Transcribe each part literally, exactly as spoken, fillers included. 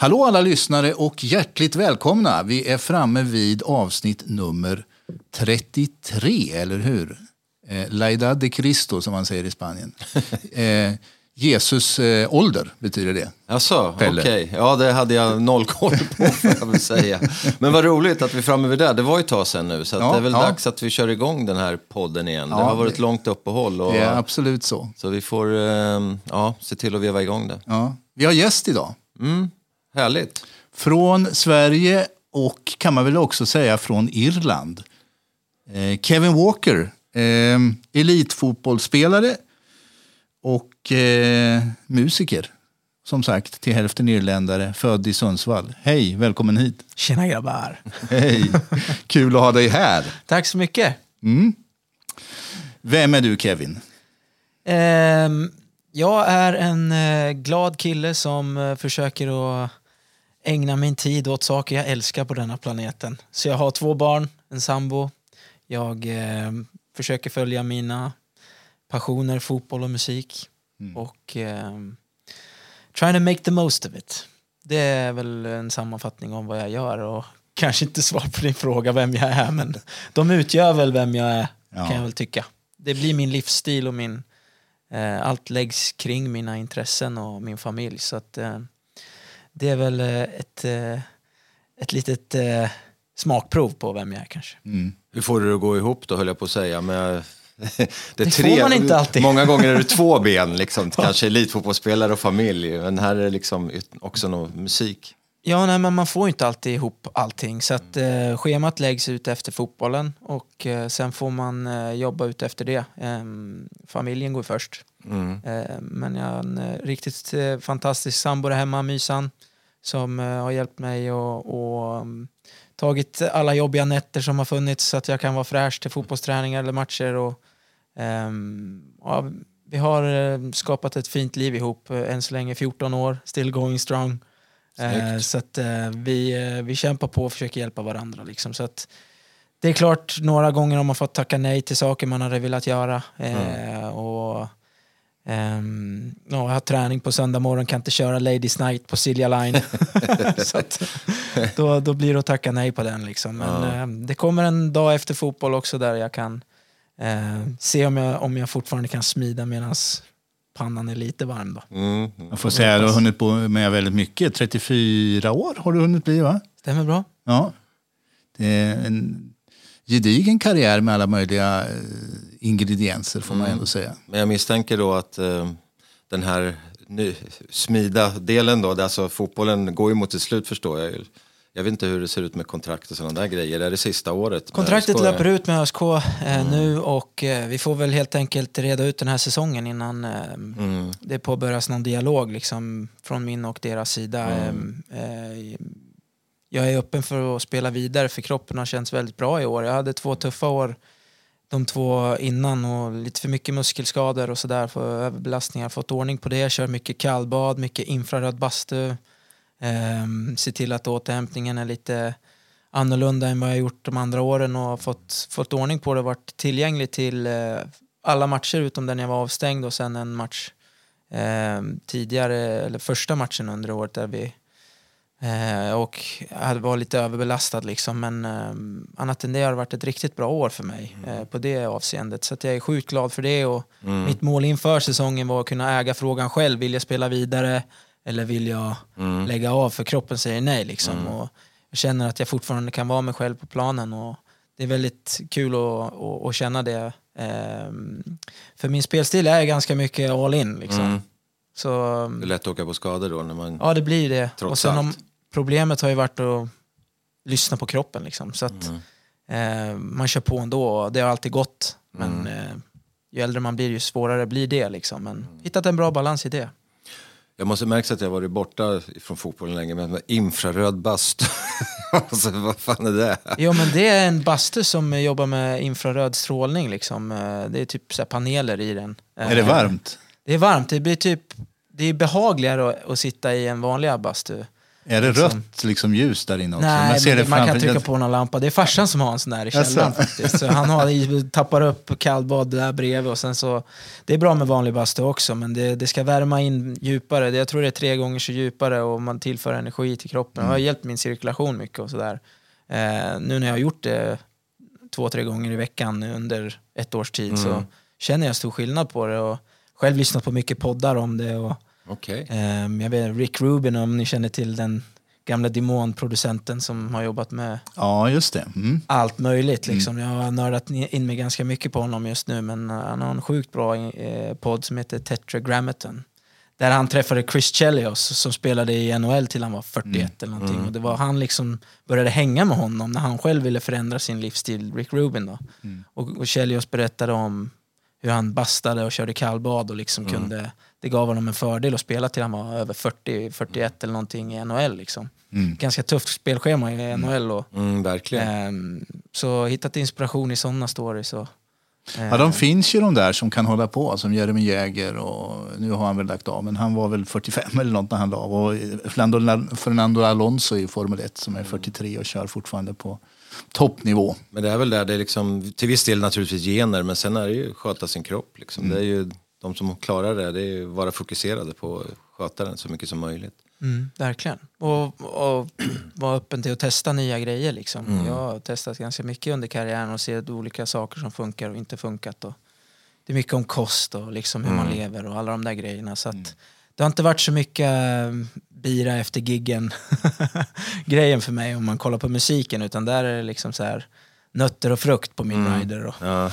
Hallå alla lyssnare och hjärtligt välkomna. Vi är framme vid avsnitt nummer trettiotre, eller hur? Eh, La edad de Cristo, som man säger i Spanien. Eh, Jesus eh, ålder betyder det. Jaså, okej. Okay. Ja, det hade jag noll koll på, får jag väl säga. Men vad roligt att vi är framme vid det. Det var ju ett tag sedan nu, så att ja, det är väl ja. dags att vi kör igång den här podden igen. Ja, det har varit ett långt uppehåll. Och, det är absolut så. Så vi får eh, ja, se till att veva igång det. Ja. Vi har gäst idag. Mm, härligt. Från Sverige och kan man väl också säga från Irland. Eh, Kevin Walker, eh, elitfotbollsspelare och eh, musiker. Som sagt, till hälften irländare, född i Sundsvall. Hej, välkommen hit. Tjena grabbar. Hej, kul att ha dig här. Tack så mycket. Mm. Vem är du, Kevin? Um, jag är en uh, glad kille som uh, försöker att ägna min tid åt saker jag älskar på denna planeten. Så jag har två barn, en sambo. Jag uh, försöker följa mina passioner, fotboll och musik. Mm. Och uh, trying to make the most of it. Det är väl en sammanfattning om vad jag gör. Och kanske inte svar på din fråga vem jag är, men de utgör väl vem jag är, ja. Kan jag väl tycka. Det blir min livsstil och min eh, allt läggs kring mina intressen och min familj. Så att eh, det är väl ett, eh, ett litet eh, smakprov på vem jag är kanske. Mm. Hur får du det att gå ihop då, höll jag på att säga, med det, är det tre, får man inte alltid. Många gånger är det två ben, liksom, kanske elitfotbollsspelare och familj. Men här är det liksom också någon musik. Ja, nej, men man får inte alltid ihop allting. Så att eh, schemat läggs ut efter fotbollen. Och eh, sen får man eh, jobba ut efter det. Eh, familjen går först. Mm. Eh, men jag har en eh, riktigt eh, fantastisk sambo där hemma, Mysan. Som eh, har hjälpt mig och, och um, tagit alla jobbiga nätter som har funnits. Så att jag kan vara fräsch till fotbollsträningar eller matcher. Och, eh, ja, vi har eh, skapat ett fint liv ihop. Eh, än så länge fjorton år. Still going strong. Eh, så att eh, vi, eh, vi kämpar på och försöker hjälpa varandra liksom. Så att det är klart, några gånger har man fått tacka nej till saker man hade velat göra. eh, mm. och ehm, ja, jag har träning på söndag morgon, kan inte köra Ladies Night på Silja Line. Så att, då, då blir det att tacka nej på den liksom. Men mm. eh, det kommer en dag efter fotboll också där jag kan eh, se om jag, om jag fortfarande kan smida medans pannan är lite varm då. Mm. Jag får säga att du har hunnit på med väldigt mycket. trettiofyra år har du hunnit bli, va? Stämmer bra. Ja. Det är en gedigen karriär med alla möjliga ingredienser, får mm. man ändå säga. Men jag misstänker då att uh, den här ny, smida delen då, alltså fotbollen går ju mot ett slut, förstår jag. Jag vet inte hur det ser ut med kontrakt och sådana där grejer. Det är det sista året. Kontraktet löper ut med ÖSK eh, mm. nu och eh, vi får väl helt enkelt reda ut den här säsongen innan eh, mm. det påbörjas någon dialog liksom, från min och deras sida. Mm. Eh, jag är öppen för att spela vidare, för kroppen har känts väldigt bra i år. Jag hade två tuffa år, de två innan, och lite för mycket muskelskador och sådär, för överbelastningar. Fått ordning på det, jag kör mycket kallbad, mycket infraröd bastu. Um, se till att återhämtningen är lite annorlunda än vad jag gjort de andra åren, och fått, fått ordning på det, varit tillgänglig till uh, alla matcher utom den jag var avstängd, och sen en match uh, tidigare, eller första matchen under året där vi uh, och jag var lite överbelastad liksom, men uh, annat än det har det varit ett riktigt bra år för mig mm. uh, på det avseendet, så att jag är sjukt glad för det, och mm. mitt mål inför säsongen var att kunna äga frågan själv, vill jag spela vidare eller vill jag mm. lägga av, för kroppen säger nej liksom. Mm. Och jag känner att jag fortfarande kan vara mig själv på planen, och det är väldigt kul att, att, att känna det. Ehm, för min spelstil är ganska mycket all in liksom. Mm. Så, det är lätt att åka på skador då när man... Ja, det blir det. Och sen om, problemet har ju varit att lyssna på kroppen liksom. Så att mm. eh, man kör på ändå, och det har alltid gått. Men mm. eh, ju äldre man blir, ju svårare blir det liksom. Men mm. hittat en bra balans i det. Jag måste märka att jag varit borta från fotbollen länge, med infraröd bastu. Alltså, vad fan är det? Jo, men det är en bastu som jobbar med infraröd strålning liksom. Det är typ så här paneler i den. Är det varmt? Det är varmt. Det blir typ, det är behagligare att, att sitta i en vanlig bastu. Är det liksom rött liksom ljus där inne också? Nej, man, ser det, det man kan trycka på någon lampa. Det är farsan som har en sån där i källaren faktiskt. Så han har, tappar upp kallbad där bredvid och sen så... Det är bra med vanlig bastu också, men det, det ska värma in djupare. Det, jag tror det är tre gånger så djupare och man tillför energi till kroppen. Mm. Det har hjälpt min cirkulation mycket och sådär. Eh, nu när jag har gjort det två, tre gånger i veckan under ett års tid mm. så känner jag stor skillnad på det och själv lyssnat på mycket poddar om det och okay. eh, jag vet Rick Rubin, om ni känner till den gamla demonproducenten som har jobbat med ja, just det. Mm. allt möjligt liksom. Mm. Jag har nördat in mig ganska mycket på honom just nu, men han har en sjukt bra eh, podd som heter Tetragrammaton. Där han träffade Chris Chelios som spelade i N H L till han var fyrtioett mm. eller någonting. Mm. Och det var han liksom började hänga med honom när han själv ville förändra sin livsstil, Rick Rubin då. Mm. Och, och Chelios berättade om hur han bastade och körde kallbad och liksom mm. kunde, det gav honom en fördel att spela till han var över fyrtio, fyrtioett eller någonting i N H L liksom. Mm. Ganska tufft spelschema i N H L och, mm, verkligen. Ähm, så hittat inspiration i sådana stories och ja, de finns ju de där som kan hålla på, som Jeremy Jäger, och nu har han väl lagt av, men han var väl fyrtiofem eller något när han la av. Och Fernando Alonso i Formel ett som är fyrtiotre och kör fortfarande på toppnivå. Men det är väl där det är liksom, till viss del naturligtvis gener, men sen är det ju sköta sin kropp liksom. Mm. Det är ju de som klarar det, det är ju vara fokuserade på att sköta den så mycket som möjligt. Mm, verkligen. Och, och vara öppen till att testa nya grejer liksom. Mm. Jag har testat ganska mycket under karriären och sett olika saker som funkar och inte funkat. Och det är mycket om kost och liksom hur mm. man lever och alla de där grejerna. Så att mm. det har inte varit så mycket bira efter giggen grejen för mig om man kollar på musiken, utan där är det liksom så här nötter och frukt på min mm. rider. Och. Ja.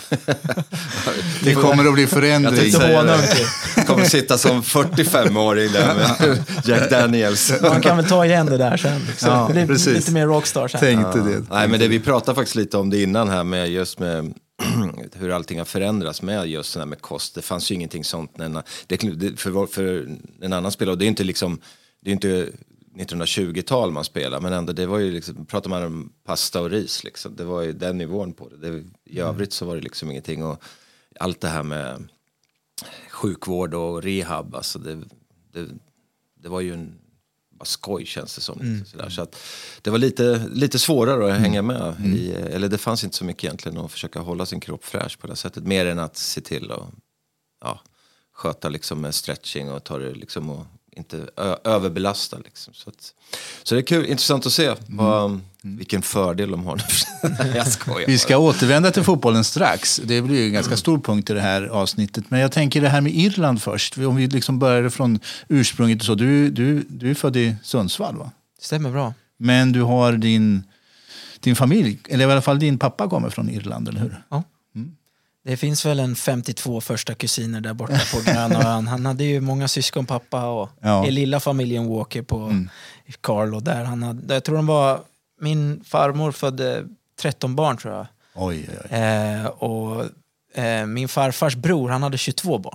Det kommer att bli förändring. Jag kommer sitta som fyrtiofem-åring där med Jack Daniels. Man kan väl ta igen det där sen. Liksom. Ja, det blir lite mer rockstar sen. Tänkte ja. det. Nej, men det, vi pratade faktiskt lite om det innan här med just med hur allting har förändrats med just det här med kost. Det fanns ju ingenting sånt när, det, för, för en annan spelare. Och det är inte liksom, det är inte nittonhundratjugotal man spelar, men ändå det var ju liksom, pratar man om pasta och ris liksom, det var ju den nivån på det, det i övrigt så var det liksom ingenting, och allt det här med sjukvård och rehab, alltså det, det, det var ju en bara skoj känns det som mm. sådär. Så att det var lite, lite svårare att mm. hänga med mm. i, eller det fanns inte så mycket egentligen att försöka hålla sin kropp fräsch på det sättet, mer än att se till och ja, sköta liksom med stretching och ta det liksom och inte ö- överbelasta liksom. Så, att, så det är kul, intressant att se mm. vad, mm. vilken fördel de har. Jag skojar. Vi ska återvända till fotbollen strax. Det blir ju en ganska stor punkt i det här avsnittet. Men jag tänker det här med Irland först. Om vi liksom börjar från ursprunget och så. Du, du, du är född i Sundsvall, va? Stämmer bra. Men du har din, din familj, eller i alla fall din pappa kommer från Irland, eller hur? Ja. Mm. Det finns väl en femtiotvå första kusiner där borta på Grönön. Han hade ju många syskon, pappa, och ja. i lilla familjen Walker på mm. Carlo där. Han hade, jag tror de var, min farmor födde tretton barn tror jag. Oj, oj, oj. Eh, och eh, min farfars bror, han hade tjugotvå barn.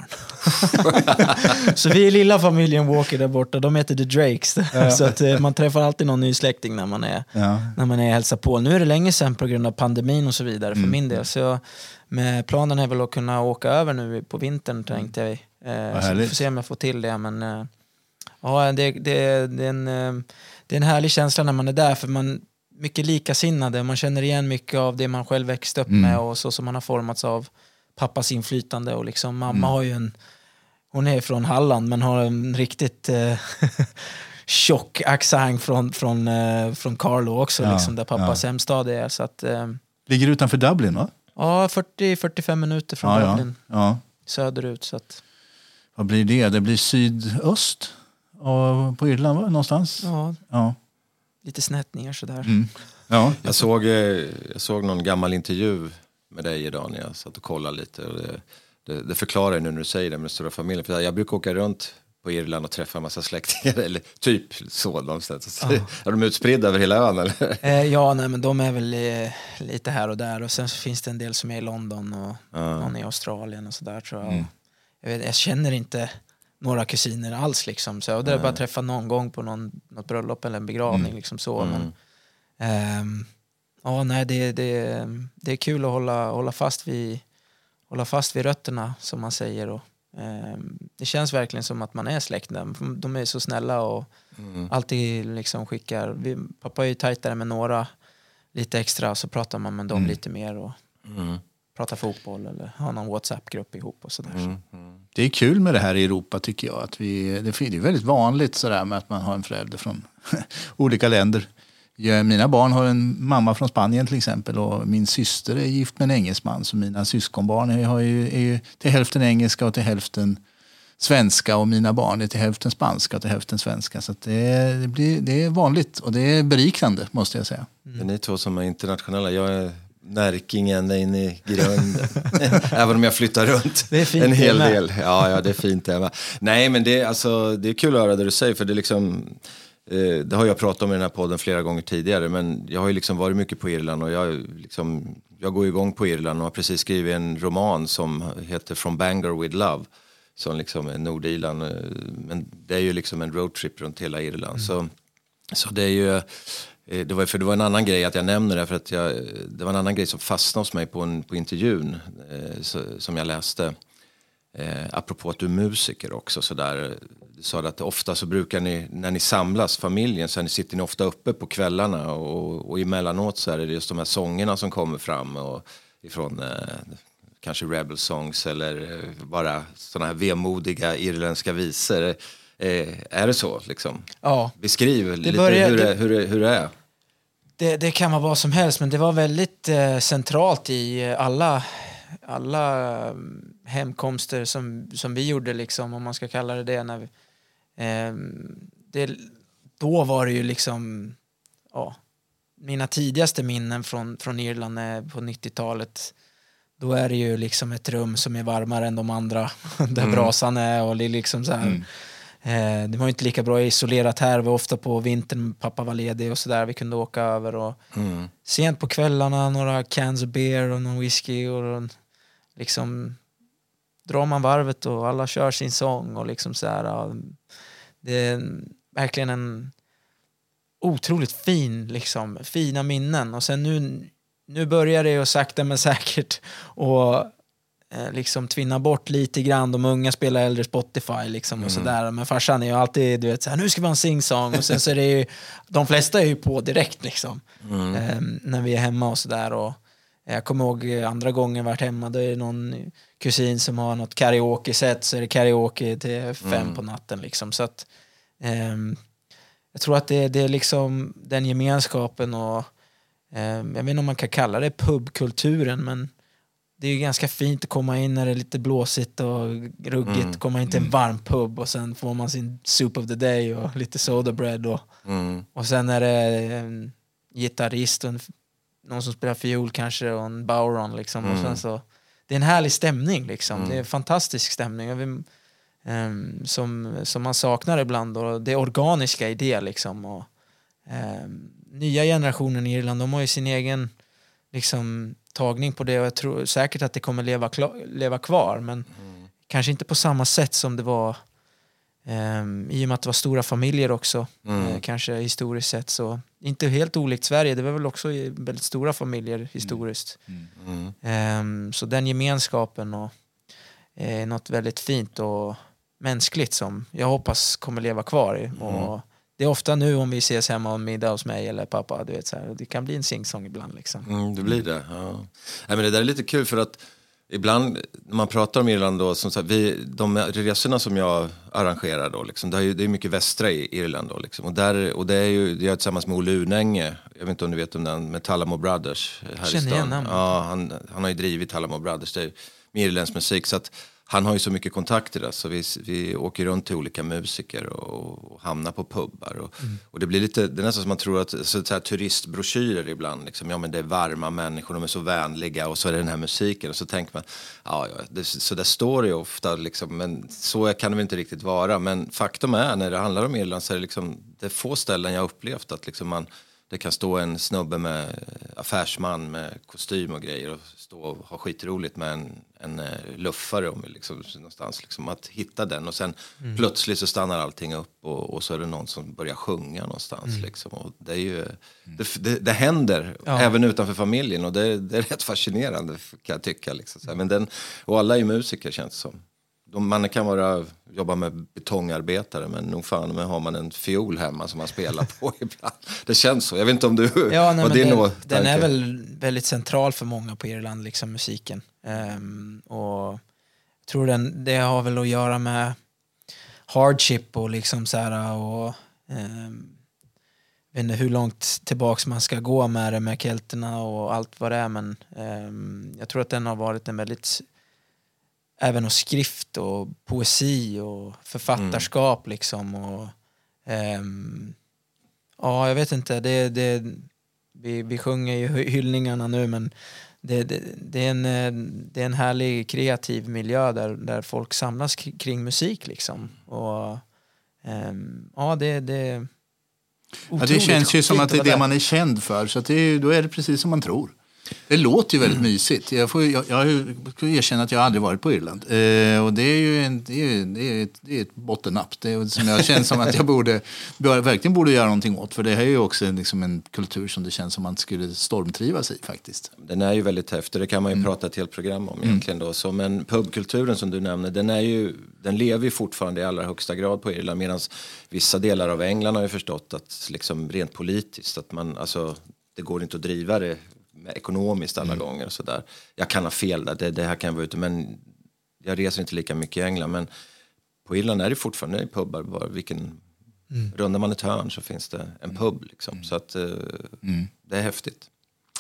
Så vi är lilla familjen Walker där borta, de heter The Drakes. Ja. Så att eh, man träffar alltid någon ny släkting när man är, ja. när man är hälsar på. Nu är det länge sedan på grund av pandemin och så vidare för mm. min del. Så jag, med planen är väl att kunna åka över nu på vintern, tänkte jag. Eh, så vi får se om jag får till det. Men eh, ja, det, det, det, är en, eh, det är en härlig känsla när man är där, för man mycket likasinnade. Man känner igen mycket av det man själv växt upp mm. med och så som man har formats av pappas inflytande. Och liksom, mamma mm. har ju en, hon är från Halland men har en riktigt eh, tjock accent från, från, eh, från Carlo också, ja, liksom, där pappas ja. hemstad är. Så att, eh, ligger utanför Dublin, va? Ja, fyrtio till fyrtiofem minuter från ja, Dublin. Ja. Ja. Söderut. Så att... Vad blir det? Det blir sydöst och på Irland, va? Någonstans? Ja. ja. Lite snett ner sådär. Mm. Ja. Jag, såg, jag såg någon gammal intervju med dig idag när jag satt och kollade lite. Och det, det, det förklarar nu när du säger det med den stora familjen. För jag brukar åka runt på Irland och träffa en massa släktingar. Eller typ så någonstans. Ja. Är de utspridda över hela ön? Eller? Eh, ja, nej, men de är väl eh, lite här och där. Och sen så finns det en del som är i London och ja. någon i Australien och sådär, tror jag. Mm. Jag, vet, jag känner inte några kusiner alls liksom. Så jag hade bara träffat någon gång på någon, något bröllop eller en begravning mm. liksom så. Mm. Men, ehm, ja, nej, det, det, det är kul att hålla, hålla, fast vid, hålla fast vid rötterna, som man säger. Och, Eh, det känns verkligen som att man är släkt med dem. De är så snälla och mm. alltid liksom skickar. Vi, pappa är ju tajtare med några lite extra, så pratar man med dem mm. lite mer och mm. pratar fotboll eller har någon WhatsApp-grupp ihop och sådär. Mm. Mm. Det är kul med det här i Europa tycker jag. Att vi, det är väldigt vanligt sådär med att man har en förälder från olika länder. Jag, mina barn har en mamma från Spanien till exempel, och min syster är gift med en engelsman, så mina syskonbarn är, har ju, är ju till hälften engelska och till hälften svenska, och mina barn är till hälften spanska och till hälften svenska. Så att det, det, blir, det är vanligt och det är berikande, måste jag säga. Mm. Det är ni två som är internationella. Jag är närkingen in i grunden. Även om jag flyttar runt det är fint en hel del. Ja, ja, det är fint. Emma. Nej, men det, alltså, det är kul att höra det du säger, för det är liksom... Det har jag pratat om i den här podden flera gånger tidigare, men jag har ju liksom varit mycket på Irland och jag, liksom, jag går igång på Irland och har precis skrivit en roman som heter From Bangor with Love, som liksom är Nordirland, men det är ju liksom en roadtrip runt hela Irland. Mm. Så, så det är ju, det var, för det var en annan grej att jag nämner det, för att jag, det var en annan grej som fastnade hos mig på, en, på intervjun eh, så, som jag läste. Eh, apropå att du är musiker också, så där, du sa att ofta så brukar ni, när ni samlas familjen, så ni sitter ni ofta uppe på kvällarna och, och emellanåt så är det just de här sångerna som kommer fram och ifrån eh, kanske rebel songs eller eh, bara sådana här vemodiga irländska visor. Eh, är det så liksom? Ja. Beskriv lite börjar, hur, det, hur, det, hur det är. Det, det kan vara vad som helst, men det var väldigt eh, centralt i alla alla hemkomster som, som vi gjorde, liksom, om man ska kalla det det. När vi, eh, det då var det ju liksom, ja, mina tidigaste minnen från, från Irland är på nittiotalet. Då är det ju liksom ett rum som är varmare än de andra, där mm. brasan är, och det är liksom så här. Mm. Eh, det var ju inte lika bra isolerat här. Vi var ofta på vintern, pappa var ledig och sådär. Vi kunde åka över och mm. sent på kvällarna några cans of beer och någon whisky och liksom drar man varvet och alla kör sin sång och liksom så här. Ja, det är verkligen en otroligt fin, liksom fina minnen. Och sen nu nu börjar det ju sakta men säkert och eh, liksom tvinna bort lite grann. De unga spelar äldre Spotify liksom och mm. sådär. Men farsan är ju alltid, du vet, så här, nu ska vi ha en sing-song. Och sen så är det ju, de flesta är ju på direkt liksom. Mm. Eh, när vi är hemma och sådär. Och jag kommer ihåg andra gången varit hemma, då är det någon kusin som har något karaoke-set, så är det karaoke till fem mm. på natten liksom. Så att eh, jag tror att det, det är liksom den gemenskapen och eh, jag vet inte om man kan kalla det pubkulturen, men det är ju ganska fint att komma in när det är lite blåsigt och ruggigt, mm. komma in till en varm pub och sen får man sin soup of the day och lite soda bread och, mm. och sen är det en gitarrist och en, någon som spelar fiol kanske och en bowron liksom. Mm. Och sen så, det är en härlig stämning liksom. Mm. Det är en fantastisk stämning. Jag vill, um, som, som man saknar ibland, och det organiska i det liksom. Och, um, nya generationen i Irland, de har ju sin egen liksom tagning på det, och jag tror säkert att det kommer leva, leva kvar, men mm. kanske inte på samma sätt som det var um, i och med att det var stora familjer också, mm. uh, kanske historiskt sett, så inte helt olikt Sverige, det var väl också väldigt stora familjer historiskt. Mm. Mm. Um, så den gemenskapen och är uh, något väldigt fint och mänskligt som jag hoppas kommer leva kvar i. Mm. Och det är ofta nu om vi ses hemma och middag hos mig eller pappa, du vet så här, det kan bli en singsång ibland liksom. Mm, det blir det. Ja. Nej, men det där är lite kul, för att ibland när man pratar om Irland då, som sagt, vi, de resorna som jag arrangerar då liksom, det är ju det är mycket västra i Irland då liksom, och där, och det är ju det är tillsammans med Olle Unänge, jag vet inte om du vet om den, med Talamo Brothers här i stan. Ja, han han har ju drivit Talamo Brothers, det är med irländsk musik, så att han har ju så mycket kontakter där, så vi, vi åker runt till olika musiker och, och hamnar på pubbar. Och, mm. och det blir lite, det är nästan som man tror att så, så här, turistbroschyrer ibland, liksom, ja men det är varma människor, de är så vänliga och så är det den här musiken. Och så tänker man, ja, ja det, så där står det ju ofta, liksom, men så kan det väl inte riktigt vara. Men faktum är, när det handlar om Irland, så är det liksom, det är få ställen jag har upplevt att liksom man, det kan stå en snubbe med affärsman med kostym och grejer och stå och ha skitroligt med en, en luffare om liksom, någonstans. Liksom, att hitta den och sen mm. plötsligt så stannar allting upp och, och så är det någon som börjar sjunga någonstans. Mm. Liksom, och det, är ju, mm. det, det, det händer ja. även utanför familjen, och det, det är rätt fascinerande kan jag tycka. Liksom, så här. Men den, och alla är ju musiker, känns det som. de, man kan vara, jobba med betongarbetare, men nog fan men har man en fiol hemma som man spelar på ibland. Det känns så. Jag vet inte om du... Ja, nej, men din den, nå, den är väl väldigt central för många på Irland, liksom musiken. Um, och jag tror den, det har väl att göra med hardship och liksom så här och... Um, jag vet inte hur långt tillbaks man ska gå med det med kelterna och allt vad det är, men um, jag tror att den har varit en väldigt även och skrift och poesi och författarskap mm. liksom och um, ja jag vet inte det, det, vi, vi sjunger ju hyllningarna nu, men det, det, det, är en, det är en härlig kreativ miljö där, där folk samlas kring musik liksom och um, ja det, det Ja, det känns ju som att det är det man är känd för, så att det är, då är det precis som man tror. Det låter ju väldigt mm. mysigt. Jag får jag, jag får erkänna att jag aldrig varit på Irland. Eh, och det är ju en, det är, det är ett, det är ett bottennapp. Det är som jag känner som att jag borde, verkligen borde göra någonting åt. För det här är ju också liksom en kultur som det känns som man skulle stormtrivas i faktiskt. Den är ju väldigt häftig. Det kan man ju mm. prata ett helt program om egentligen då. Så, men pubkulturen som du nämner, den, är ju, den lever ju fortfarande i allra högsta grad på Irland. Medan vissa delar av England har ju förstått att liksom rent politiskt att man, alltså, det går inte att driva det ekonomiskt alla mm. gånger och sådär. Jag kan ha fel där, det, det här kan vara ute, men jag reser inte lika mycket i England, men på Irland är det fortfarande i pubbar, bara vilken mm. rundar man ett hörn så finns det en pub liksom, mm. så att uh, mm. det är häftigt.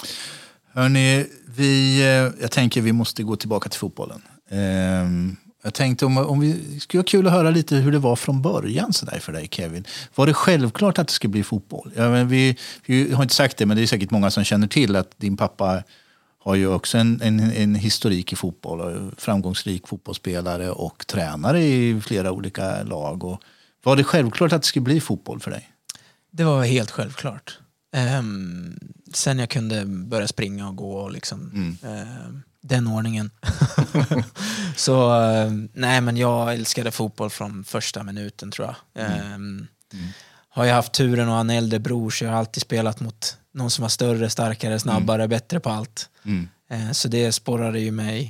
Hörrni, vi, jag tänker vi måste gå tillbaka till fotbollen. Um, Jag tänkte om, om vi skulle ha kul att höra lite hur det var från början så där för dig, Kevin. Var det självklart att det skulle bli fotboll? Ja, men vi, vi har inte sagt det, men det är säkert många som känner till att din pappa har ju också en, en, en historik i fotboll. Framgångsrik fotbollsspelare och tränare i flera olika lag. Och var det självklart att det skulle bli fotboll för dig? Det var helt självklart. Um, sen jag kunde börja springa och gå och liksom... Mm. Um, den ordningen. Så nej, men jag älskade fotboll från första minuten tror jag. Mm. Um, mm. Har jag haft turen och en äldre bror, så jag har alltid spelat mot någon som var större, starkare, snabbare, mm. bättre på allt. Mm. Uh, så det sporrade ju mig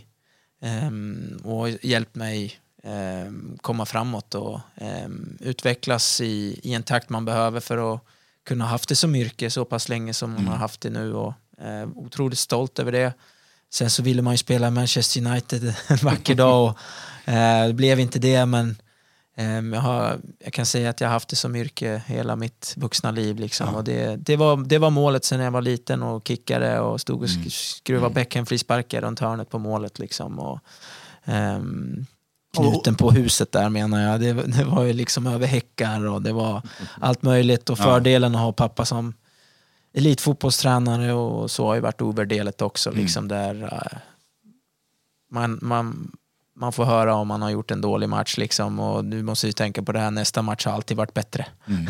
um, och hjälpt mig um, komma framåt och um, utvecklas i, i en takt man behöver för att kunna ha haft det som yrke så pass länge som man mm. har haft det nu, och uh, otroligt stolt över det. Sen så ville man ju spela Manchester United en vacker dag och eh, det blev inte det, men eh, jag, har, jag kan säga att jag har haft det som yrke hela mitt vuxna liv liksom. Ja. Och det, det, var, det var målet sen jag var liten och kickade och stod och mm. skruvade mm. bäckenfrisparkar runt hörnet på målet liksom. Och, eh, knuten på huset där menar jag, det, det var ju liksom över häckar och det var allt möjligt, och fördelen att ha pappa som elitfotbollstränare och så har ju varit ovärderligt också mm. liksom, där uh, man, man, man får höra om man har gjort en dålig match liksom, och du måste ju tänka på det här, nästa match har alltid varit bättre. Mm.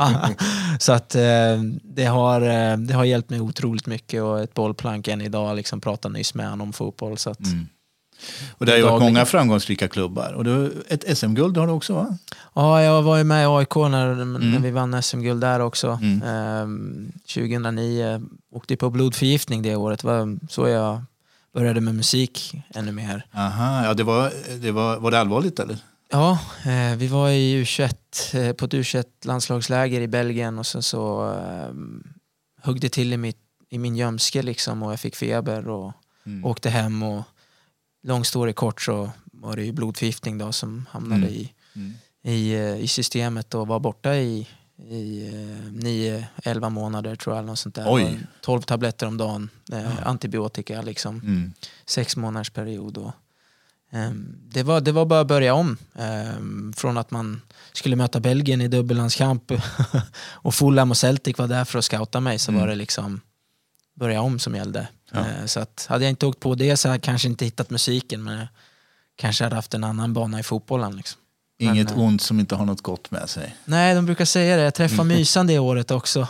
Så att uh, det, har, uh, det har hjälpt mig otroligt mycket, och ett bollplank än idag liksom, pratar nyss med honom om fotboll så att mm. Och det har ju varit många framgångsrika klubbar. Och det, ett S M-guld har du också, va? Ja, jag var ju med i A I K när, mm. när vi vann S M-guld där också. Mm. Ehm, tjugohundranio åkte på blodförgiftning det året. Det var så jag började med musik ännu mer. Aha, ja, det var, det var, var det allvarligt eller? Ja, eh, vi var i U tjugoett, eh, på ett U tjugoett-landslagsläger i Belgien, och sen så eh, högg det till i, mitt, i min gömske liksom, och jag fick feber och mm. åkte hem, och lång story kort så var det ju blodförgiftning då som hamnade mm. i, mm. i, i systemet och var borta i, i nio elva månader tror jag, något sånt där. Oj. tolv tabletter om dagen, eh, antibiotika liksom, mm. sex månaders period. Och, eh, det, var, det var bara att börja om. Eh, från att man skulle möta Belgien i dubbellandskamp och Fulham och Celtic var där för att scouta mig, så mm. var det liksom börja om som gällde. Ja. Så att, hade jag inte åkt på det så hade jag kanske inte hittat musiken, men jag kanske hade haft en annan bana i fotbollen liksom. Inget men, ont som inte har något gott med sig. Nej, de brukar säga det. Jag träffade Mysan det året också.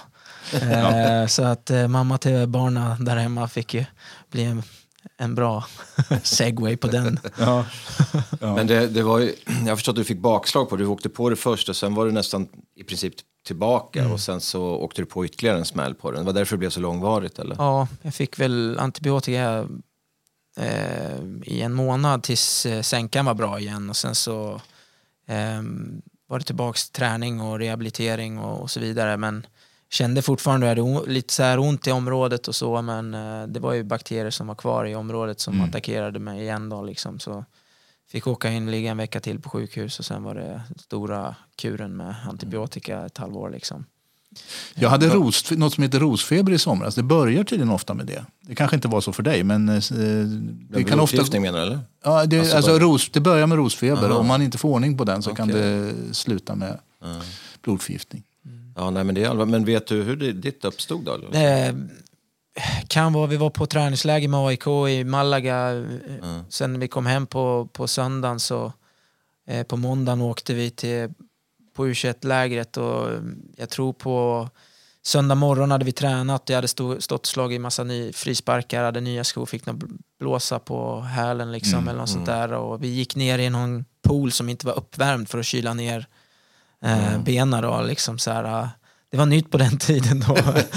Ja. Så att mamma till barnen där hemma fick ju bli en, en bra segway på den. Ja. Ja. Men det, det var ju, jag förstår att du fick bakslag på det. Du åkte på det först och sen var du nästan i princip tillbaka mm. och sen så åkte du på ytterligare en smäll på den. Det var därför det blev så långvarigt eller? Ja, jag fick väl antibiotika eh, i en månad tills eh, sänkan var bra igen. Och sen så eh, var det tillbaks träning och rehabilitering och, och så vidare. Men kände fortfarande att jag hade lite så här ont i området och så. Men eh, det var ju bakterier som var kvar i området som mm. attackerade mig igen då liksom. Så fick åka in, ligga en vecka till på sjukhus och sen var det stora kuren med antibiotika ett halvår liksom. Jag hade ros, något som heter rosfeber i somras. Det börjar tydligen ofta med det. Det kanske inte var så för dig, men eh, det kan ofta... menar eller? Ja, det, alltså, alltså ros, det börjar med rosfeber. Aha. Om man inte får ordning på den så okay. kan det sluta med mm. blodförgiftning. Mm. Ja, nej, men det är allvar. Men vet du hur det, ditt uppstod då? Eh, kan vara, vi var på träningsläger med A I K i Malaga. Mm. Sen vi kom hem på, på söndagen så eh, på måndagen åkte vi till på U tjugoett-lägret och jag tror på söndag morgon hade vi tränat. Jag hade stå, stått slag i massa ny frisparkar, hade nya skor, fick blåsa på hälen liksom mm, eller något mm. sånt där. Och vi gick ner i någon pool som inte var uppvärmd för att kyla ner eh, mm. benen då liksom så här. Det var nytt på den tiden då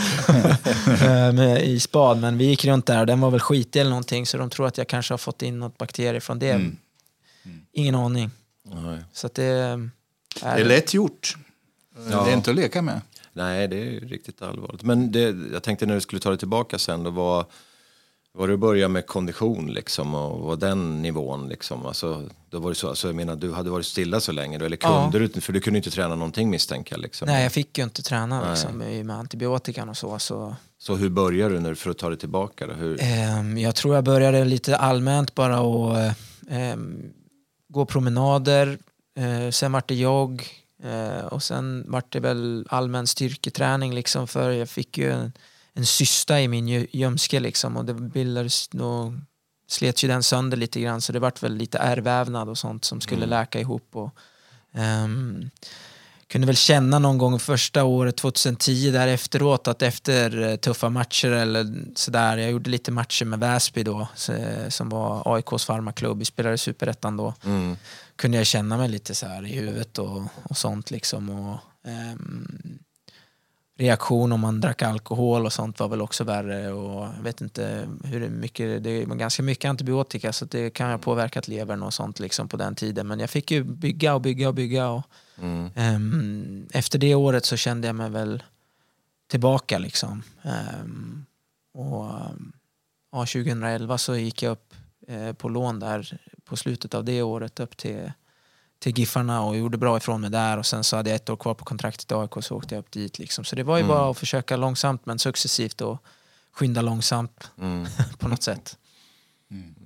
med isbad, men vi gick runt där och den var väl skitig eller någonting så de tror att jag kanske har fått in något bakterie från det. Mm. Mm. Ingen aning. Mm. Så att det är... Det är lätt gjort. Ja. Det är inte att leka med. Nej, det är riktigt allvarligt. Men det, jag tänkte när du skulle ta det tillbaka sen, då var, var du började med kondition liksom, och var den nivån liksom. Alltså, då var det så, alltså, jag menar, du hade varit stilla så länge, eller kunde ja. du, för du kunde inte träna någonting misstänka liksom. Nej, jag fick ju inte träna liksom, med antibiotikan och så, så. Så hur började du nu för att ta det tillbaka då? Hur? Um, jag tror jag började lite allmänt bara att um, gå promenader. Eh, sen var det jogg eh, och sen var det väl allmän styrketräning liksom, för jag fick ju en, en cysta i min ljumske liksom, och det bildades nog, slet ju den sönder lite grann så det vart väl lite ärrvävnad och sånt som skulle mm. läka ihop och ehm, kunde väl känna någon gång första året tjugohundratio där efteråt att efter tuffa matcher eller sådär, jag gjorde lite matcher med Väsby då som var A I K:s farmaklubb, vi spelade Superettan då mm. kunde jag känna mig lite så här i huvudet och, och sånt liksom och ehm, reaktion om man drack alkohol och sånt var väl också värre och jag vet inte hur mycket, det var ganska mycket antibiotika så det kan ha påverkat levern och sånt liksom på den tiden, men jag fick ju bygga och bygga och bygga och mm. um, efter det året så kände jag mig väl tillbaka liksom um, och ja, tjugoelva så gick jag upp eh, på lån där på slutet av det året upp till till Giffarna och gjorde bra ifrån mig där och sen så hade jag ett år kvar på kontraktet i A I K så åkte jag upp dit liksom. Så det var ju mm. bara att försöka långsamt men successivt och skynda långsamt mm. på något sätt. Mm.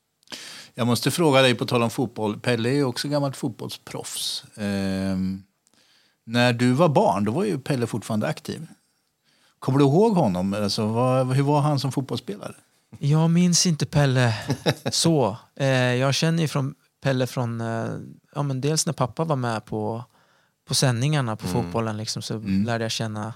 Jag måste fråga dig på tal om fotboll. Pelle är ju också gammalt fotbollsproffs. Ehm, när du var barn då var ju Pelle fortfarande aktiv. Kommer du ihåg honom? Alltså, vad, hur var han som fotbollsspelare? Jag minns inte Pelle så. Ehm, jag känner ju från Pelle från, ja men dels när pappa var med på, på sändningarna på mm. fotbollen liksom, så mm. lärde jag känna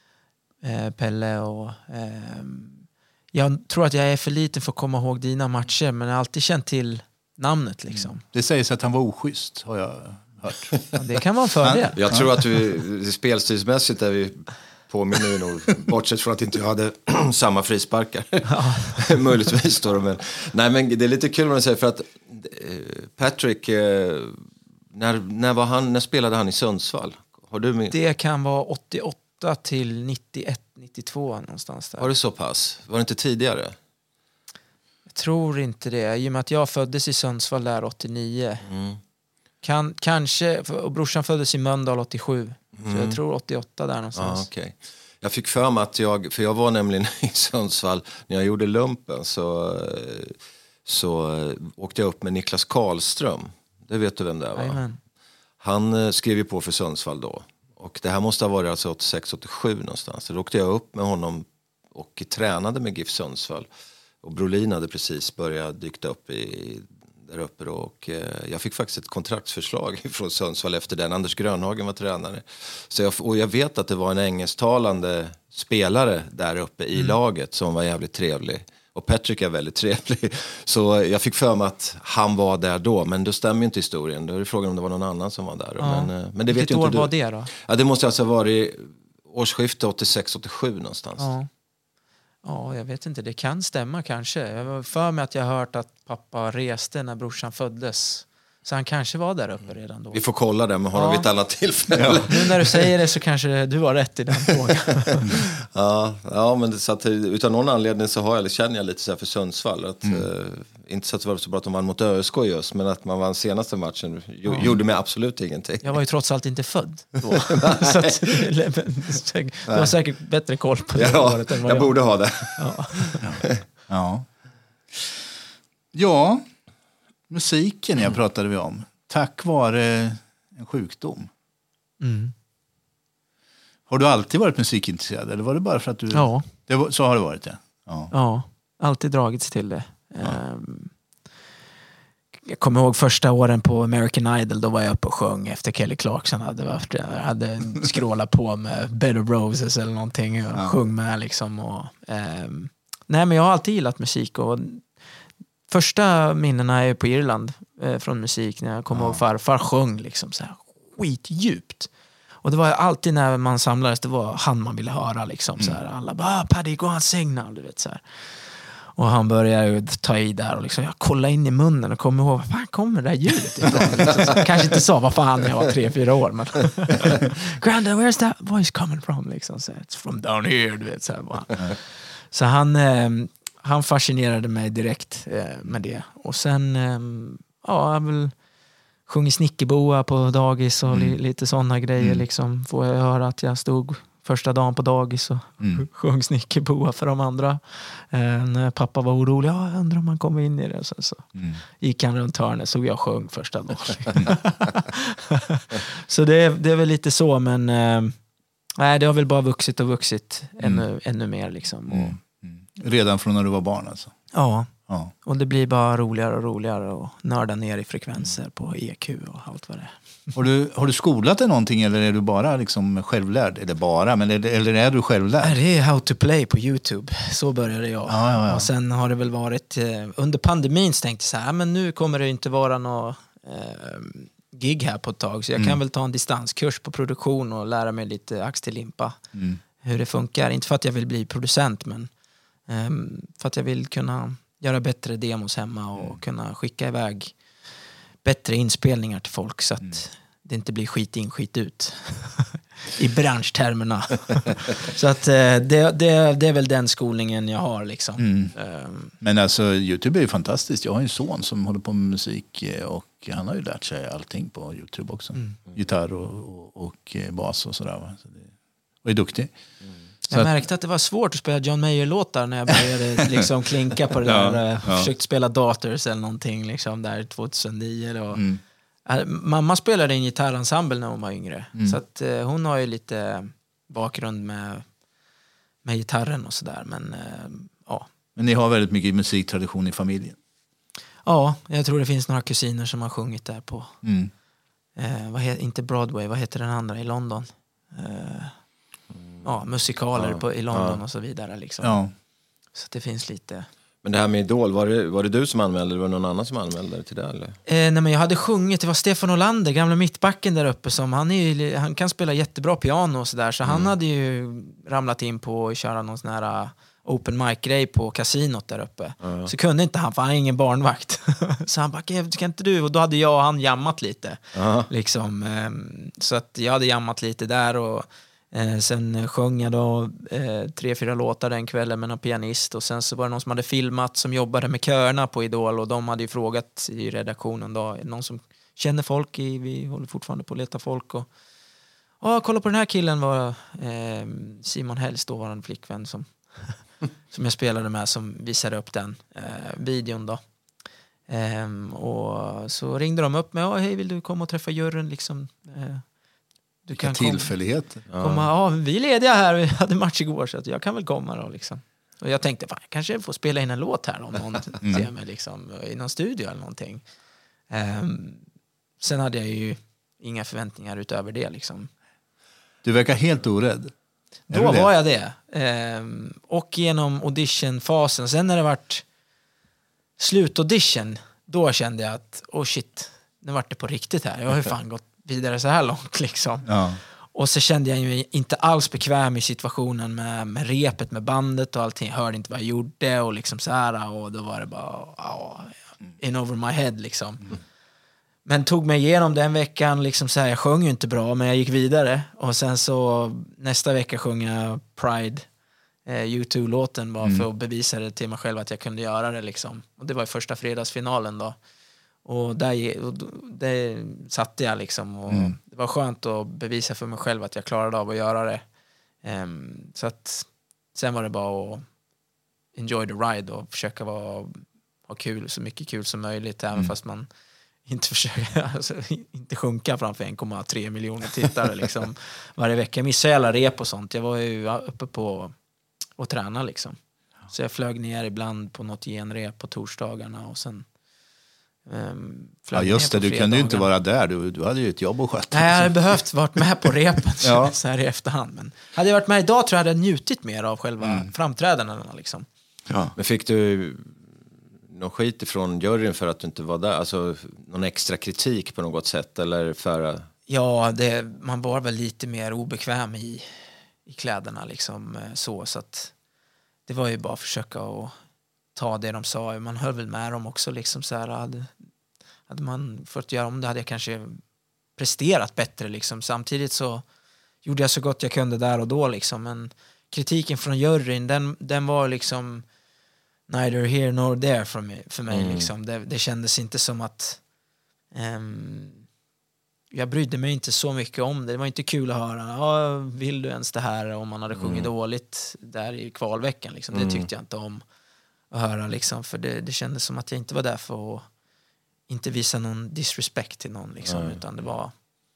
eh, Pelle och eh, jag tror att jag är för liten för att komma ihåg dina matcher men jag har alltid känt till namnet liksom. Mm. Det sägs att han var oschysst har jag hört. Ja, det kan vara en fördel. Jag tror att vi spelstilsmässigt är vi påminner nog, bortsett från att inte jag hade samma frisparkar. Ja. Möjligtvis står de. Men, nej, men det är lite kul vad du säger för att eh, Patrick, eh, när, när, var han, när spelade han i Sundsvall? Har du med? Det kan vara åttioåtta till nittioett nittiotvå någonstans där. Var det så pass? Var det inte tidigare? Jag tror inte det. I och med att jag föddes i Sundsvall där åttionio. Mm. Kan, kanske, och brorsan föddes i Mölndal åttiosju. Mm. Så jag tror åttioåtta där någonstans. Ah, okay. Jag fick för mig att jag, för jag var nämligen i Sundsvall när jag gjorde lumpen så, så åkte jag upp med Niklas Karlström. Det vet du vem det var? Amen. Han skrev ju på för Sundsvall då. Och det här måste ha varit alltså åttiosex åttiosju någonstans. Så då åkte jag upp med honom och tränade med GIF Sundsvall. Och Brolin hade precis börjat dyka upp i där uppe då, och eh, jag fick faktiskt ett kontraktsförslag från Sundsvall efter den. Anders Grönhagen var tränare. Så jag, och jag vet att det var en engelsktalande spelare där uppe i mm. laget som var jävligt trevlig. Och Patrick är väldigt trevlig. Så jag fick för mig att han var där då. Men då stämmer ju inte historien. Då är det frågan om det var någon annan som var där. Ja. Men, men det vet ju inte år du. Var det då? Ja, det måste alltså ha varit årsskiftet åttiosex åttiosju någonstans. Ja. Ja, jag vet inte. Det kan stämma kanske. Jag var för mig att jag har hört att pappa reste när brorsan föddes. Så han kanske var där uppe redan då. Vi får kolla det med honom vid ja. ett annat tillfälle. Ja. Nu när du säger det så kanske du har rätt i den frågan. ja, ja, men det, så att, utan någon anledning så har jag, känner jag lite så här för Sundsvall. Att, mm. eh, inte så att det var så bra att de vann mot ÖSK just, men att man vann senaste matchen jo, mm. gjorde mig absolut ingenting. Jag var ju trots allt inte född då. så att, du har säkert bättre koll på det. Ja, året än vad jag, jag borde ha det. Ja. ja. ja. Musiken jag pratade vi om. Tack vare en sjukdom. Mm. Har du alltid varit musikintresserad? Eller var det bara för att du... Ja. Det var, så har det varit, ja. Ja, ja, alltid dragits till det. Ja. Um, jag kommer ihåg första åren på American Idol. Då var jag uppe och sjöng efter Kelly Clarkson hade varit. Jag hade skrålat på med Bed of Roses eller någonting. Och ja. Sjöng med liksom. Och, um, nej, men jag har alltid gillat musik och... Första minnena är på Irland eh, från musik när jag kom ja. ihåg farfar sjöng liksom så här skitdjupt. Och det var alltid när man samlades, det var han man ville höra liksom mm. så här. Alla bara, ah, Paddy, gå och säng nu, du vet så här. Och han började ju ta i där och liksom, jag kollade in i munnen och kom ihåg, vad fan kommer det där ljudet ifrån? liksom, så, kanske inte sa vad fan när jag var tre, fyra år, men Granda, where's that voice coming from? Liksom, så, it's from down here, du vet så här. Bara. Så han... Eh, Han fascinerade mig direkt eh, med det. Och sen, eh, ja, jag väl sjungit snickerboa på dagis och mm. li- lite sådana grejer. Mm. Liksom. Får jag höra att jag stod första dagen på dagis och mm. sjöng snickerboa för de andra. Eh, när pappa var orolig, ja, jag undrar om man kommer in i det. Så, så. Mm. Gick han runt hörnet så jag sjöng första dagen. Mm. så det, det är väl lite så, men eh, nej, det har väl bara vuxit och vuxit mm. ännu, ännu mer. Liksom. Och, mm. Redan från när du var barn alltså? Ja. ja, och det blir bara roligare och roligare och nörda ner i frekvenser på E Q och allt vad det är. Har du, har du skolat dig någonting eller är du bara liksom självlärd? Eller bara, men är det, eller är du självlärd? Det är How to Play på YouTube. Så började jag. Ja, ja, ja. Och sen har det väl varit, under pandemin så tänkte jag så här, men nu kommer det inte vara något eh, gig här på ett tag. Så jag mm. kan väl ta en distanskurs på produktion och lära mig lite ax till limpa. Mm. Hur det funkar. Inte för att jag vill bli producent, men Um, för att jag vill kunna göra bättre demos hemma och mm. kunna skicka iväg bättre inspelningar till folk så att mm. det inte blir skit in, skit ut i branschtermerna. så att uh, det, det, det är väl den skolningen jag har liksom. Mm. Um, Men alltså YouTube är ju fantastiskt. Jag har en son som håller på med musik och han har ju lärt sig allting på YouTube också. Mm. Gitarr och, och, och bas och sådär. Va? Så det, och är duktig. Mm. Jag att... märkte att det var svårt att spela John Mayer-låtar när jag började liksom klinka på det där. ja, ja. Försökte spela Daughters eller någonting liksom där tjugohundranio. Och... Mm. Mamma spelade i en gitarrensemble när hon var yngre. Mm. Så att eh, hon har ju lite bakgrund med, med gitarren och sådär. Men eh, ja. Men ni har väldigt mycket musiktradition i familjen? Ja, jag tror det finns några kusiner som har sjungit där på. Mm. Eh, vad he- inte Broadway, vad heter den andra i London? Eh, Ja, musikaler ja, på, i London ja. och så vidare. Liksom. Ja. Så det finns lite... Men det här med Idol, var det, var det du som anmälde eller var det någon annan som anmälde det till det? Eller? Eh, nej, men jag hade sjungit, det var Stefan Olander, gamla mittbacken där uppe. Som, han, är ju, han kan spela jättebra piano och sådär. Så mm. han hade ju ramlat in på att köra någon sån här open mic-grej på kasinot där uppe. Mm. Så kunde inte han, för han är ingen barnvakt. så han bara, kan inte du? Och då hade jag och han jammat lite. Mm. Liksom, eh, så att jag hade jammat lite där och... Eh, sen sjöng jag då eh, tre, fyra låtar den kvällen med någon pianist och sen så var det någon som hade filmat som jobbade med körerna på Idol och de hade ju frågat i redaktionen då, någon som känner folk i, vi håller fortfarande på att leta folk och ja, kolla på den här killen var eh, Simon Helst då var en flickvän som, som jag spelade med som visade upp den eh, videon då. Eh, och så ringde de upp med, ja, hej vill du komma och träffa juryn liksom eh, du kan tillfällighet. Komma, komma, ja, vi är lediga här. Vi hade match igår så att jag kan väl komma då liksom. Och jag tänkte, fan, kanske får spela in en låt här om någon mm. ser mig liksom i någon studio eller någonting. Um, sen hade jag ju inga förväntningar utöver det liksom. Du verkar helt orädd. Då var jag det. Um, och genom auditionfasen. Sen när det vart slutaudition, då kände jag att, oh shit, nu vart det på riktigt här. Jag har ju fan gått vidare så här långt liksom. Ja. Och så kände jag mig inte alls bekväm i situationen med, med repet, med bandet och allting. Jag hörde inte vad jag gjorde och liksom så här. Och då var det bara oh, in over my head liksom. Mm. Men tog mig igenom den veckan liksom så här. Jag sjöng ju inte bra, men jag gick vidare. Och sen så nästa vecka sjöng jag Pride, eh, U två-låten bara mm. för att bevisa det till mig själv att jag kunde göra det liksom. Och det var i första fredagsfinalen då. Och där, och där satte jag liksom. Och mm. det var skönt att bevisa för mig själv att jag klarade av att göra det. Um, så att sen var det bara att enjoy the ride och försöka vara, ha kul, så mycket kul som möjligt. Även mm. fast man inte försöker alltså, inte sjunka framför en komma tre miljoner tittare liksom, varje vecka. Jag missade alla rep och sånt. Jag var ju uppe på och träna liksom. Så jag flög ner ibland på något genrep på torsdagarna och sen Um, ja just det, du kunde ju inte vara där, du, du hade ju ett jobb att sköta. Nej, jag hade behövt varit med på repen ja. så här i efterhand. Men hade jag varit med idag tror jag hade njutit mer av själva mm. framträdandena liksom. Ja. Men fick du någon skit ifrån juryn för att du inte var där? Alltså någon extra kritik på något sätt? Eller för... Ja, det, man var väl lite mer obekväm i, i kläderna liksom, så, så att det var ju bara att försöka att ta det de sa. Man hör väl med dem också liksom så här, hade, hade man fått göra om det hade jag kanske presterat bättre liksom. Samtidigt så gjorde jag så gott jag kunde där och då liksom, men kritiken från juryn den, den var liksom neither here nor there för mig, för mig mm. liksom. Det, det kändes inte som att um, jag brydde mig inte så mycket om det. Det var inte kul att höra ja, vill du ens det här om man hade sjungit mm. dåligt där i kvalveckan liksom. Det mm. tyckte jag inte om att höra liksom, för det, det kändes som att jag inte var där för att inte visa någon disrespect till någon liksom, mm. utan det var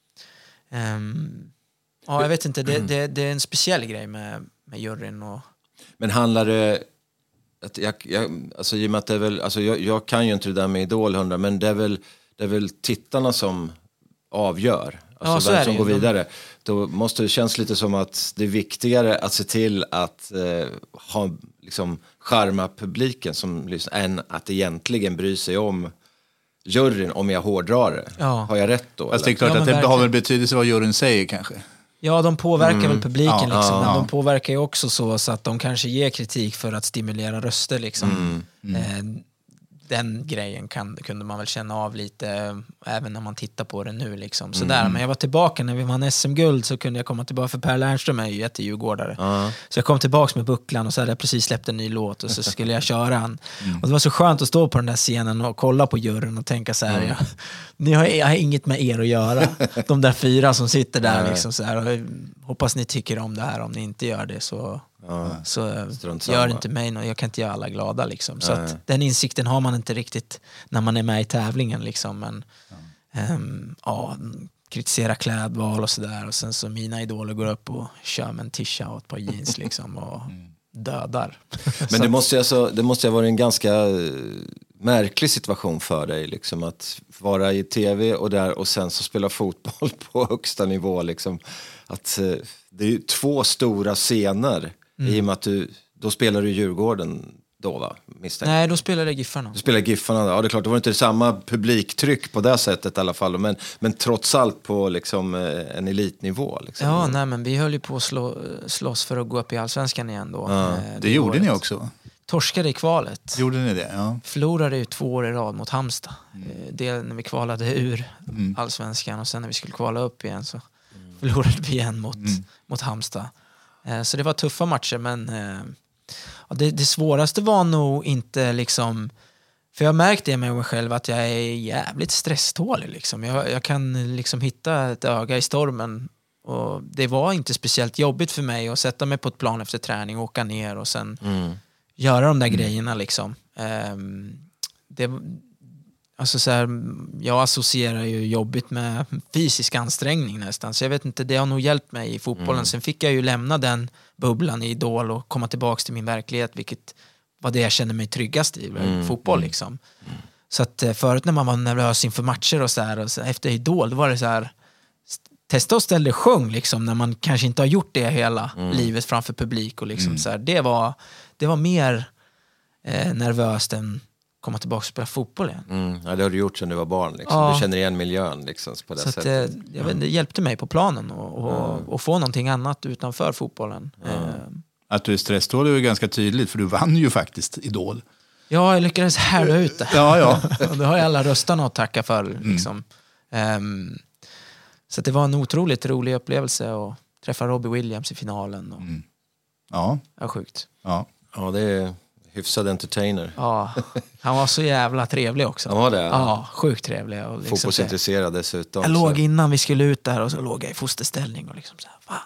um, ja, jag vet inte, det, det, det är en speciell grej med, med juryn och... Men handlar det att jag, jag, alltså, i och med att det är väl, alltså, jag, jag kan ju inte det där med Idol hundra, men det är väl, det är väl tittarna som avgör alltså ja, vem som går vidare. Då måste det kännas lite som att det är viktigare att se till att eh, ha liksom charma publiken som lyssnar än att egentligen bry sig om juryn, om jag hårdrar det. Ja. Har jag rätt då? Fast det är klart ja, att det verkligen har väl betydelse vad juryn säger kanske. Ja, de påverkar mm. väl publiken ja, liksom, ja, men ja. de påverkar ju också så, så att de kanske ger kritik för att stimulera röster liksom. Mm. Mm. Eh, den grejen kan, kunde man väl känna av lite även när man tittar på det nu liksom. Sådär. Mm. Men jag var tillbaka när vi vann S M-guld, så kunde jag komma tillbaka, för Per Lernström är ju jättedjurgårdare. Uh-huh. Så jag kom tillbaka med bucklan och så hade jag precis släppt en ny låt och så skulle jag köra han. Mm. Och det var så skönt att stå på den där scenen och kolla på juryn och tänka så här, mm. jag, ni har, jag har inget med er att göra. De där fyra som sitter där mm. liksom så här, och hoppas ni tycker om det här. Om ni inte gör det så Ja, så gör inte mig något, jag kan inte göra alla glada liksom. Så att den insikten har man inte riktigt när man är med i tävlingen liksom. Men ja, um, ja kritisera klädval och sådär, och sen så mina idoler går upp och kör med en tisha och ett par jeans liksom och mm. dödar. Men det måste, alltså, det måste ha varit en ganska märklig situation för dig liksom, att vara i tv och där och sen så spela fotboll på högsta nivå liksom. Att det är ju två stora scener. Mm. I och med att du, då spelar du Djurgården då va? Misstänkt. Nej, då spelade jag Giffarna. Du spelade Giffarna, ja det är klart, det var inte samma publiktryck på det sättet i alla fall, men, men trots allt på liksom en elitnivå. Liksom. Ja, nej men vi höll ju på att slå, slåss för att gå upp i Allsvenskan igen då. Ja. Det, det gjorde året. Ni också? Torskade i kvalet. Gjorde ni det? Ja. Förlorade ju två år i rad mot Halmstad. Mm. Det när vi kvalade ur mm. Allsvenskan, och sen när vi skulle kvala upp igen så förlorade vi igen mot, mm. mot Halmstad. Så det var tuffa matcher, men ja, det, det svåraste var nog inte liksom, för jag märkte det med mig själv att jag är jävligt stresstålig liksom. Jag, jag kan liksom hitta ett öga i stormen, och det var inte speciellt jobbigt för mig att sätta mig på ett plan efter träning och åka ner och sen mm. göra de där mm. grejerna liksom. Um, det Alltså så här, jag associerar ju jobbigt med fysisk ansträngning nästan. Så jag vet inte, det har nog hjälpt mig i fotbollen. Mm. Sen fick jag ju lämna den bubblan i Idol och komma tillbaka till min verklighet, vilket var det jag kände mig tryggast i, mm. fotboll liksom. Mm. Så att förut när man var nervös inför matcher och så här, och så, efter Idol, då var det så här, testa och ställ dig sjung liksom, när man kanske inte har gjort det hela mm. livet framför publik och liksom mm. så här, det var, det var mer eh, nervöst än komma tillbaka och spela fotboll igen. Mm. Ja, det har du gjort sedan du var barn. Liksom. Ja. Du känner igen miljön liksom, på det Så sättet. att, eh, jag vet, det hjälpte mig på planen och, och, Mm. och få någonting annat utanför fotbollen. Mm. Eh, Att du är stresstålig är ganska tydligt, för du vann ju faktiskt Idol. ja, jag lyckades härda ut det. Ja, ja. Och det har ju alla röstarna att tacka för. Liksom. Um, så att det var en otroligt rolig upplevelse att träffa Robbie Williams i finalen. Och, Mm. Ja. det var sjukt. Ja. Ja, det är hyfsad entertainer. Ja, han var så jävla trevlig också. Han var det? Ja, sjukt trevlig. Och liksom Fotbollsintresserad dessutom. jag låg så. innan vi skulle ut där och så låg jag i fosterställning och liksom så här, fan.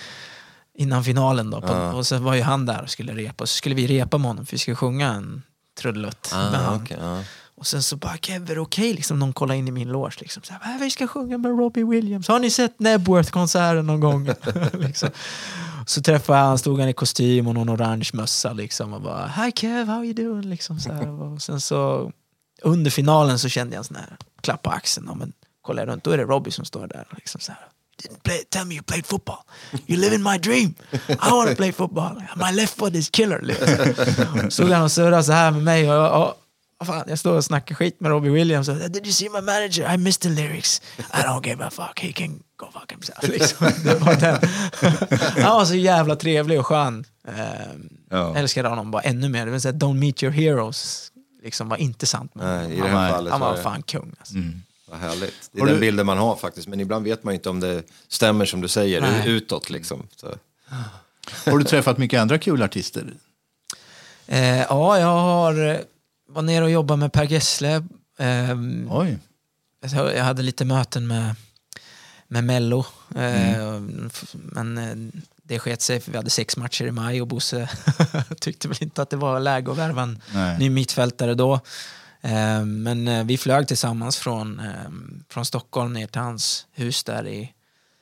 Innan finalen då. På, Ja. Och så var ju han där och skulle repa. Och så skulle vi repa med honom för vi skulle sjunga en trudelutt med Ah, han. okay, ja. Och sen så bara, Kev, är det okej? Liksom, någon kollar in i min loge. Liksom, så här, vi ska sjunga med Robbie Williams. Har ni sett Nebworth-konserten någon gång? liksom. Så träffade jag, han stod han i kostym och någon orange mössa. Liksom, och bara, hi Kev, how you doing? Liksom, så här. Och sen så, under finalen så kände jag en sån här klapp på axeln. Ja, men kollar jag runt, då är det Robbie som står där. Liksom, så här. Didn't play, tell me you played football. You live in my dream. I want to play football. My left foot is killer. Liksom. Så han och surrade så här med mig. Och, och, och fan, jag står och snackar skit med Robbie Williams. Och, did you see my manager? I missed the lyrics. I don't give a fuck. He can go fuck himself. Liksom. Det var den. Han var så jävla trevlig och skön. Um, Ja. Älskade honom bara ännu mer. Det vill säga, don't meet your heroes. Liksom var inte sant. Men Nej, i det han, här var, fallet han var var det- fan kung. Alltså. Mm. Vad härligt. Det är Har den du- bilden man har faktiskt. Men ibland vet man ju inte om det stämmer som du säger. Nej. Utåt liksom. Så. Har du träffat mycket andra kul artister? Eh, ja, jag har eh, var nere och jobbat med Per Gessle. Ehm, Oj. jag jag hade lite möten med, med Mello. Eh, f- Men eh, det sket sig för vi hade sex matcher i maj och Bosse tyckte väl inte att det var läge att värva en Nej. ny mittfältare då. Eh, Men eh, vi flög tillsammans från, eh, från Stockholm ner till hans hus där i,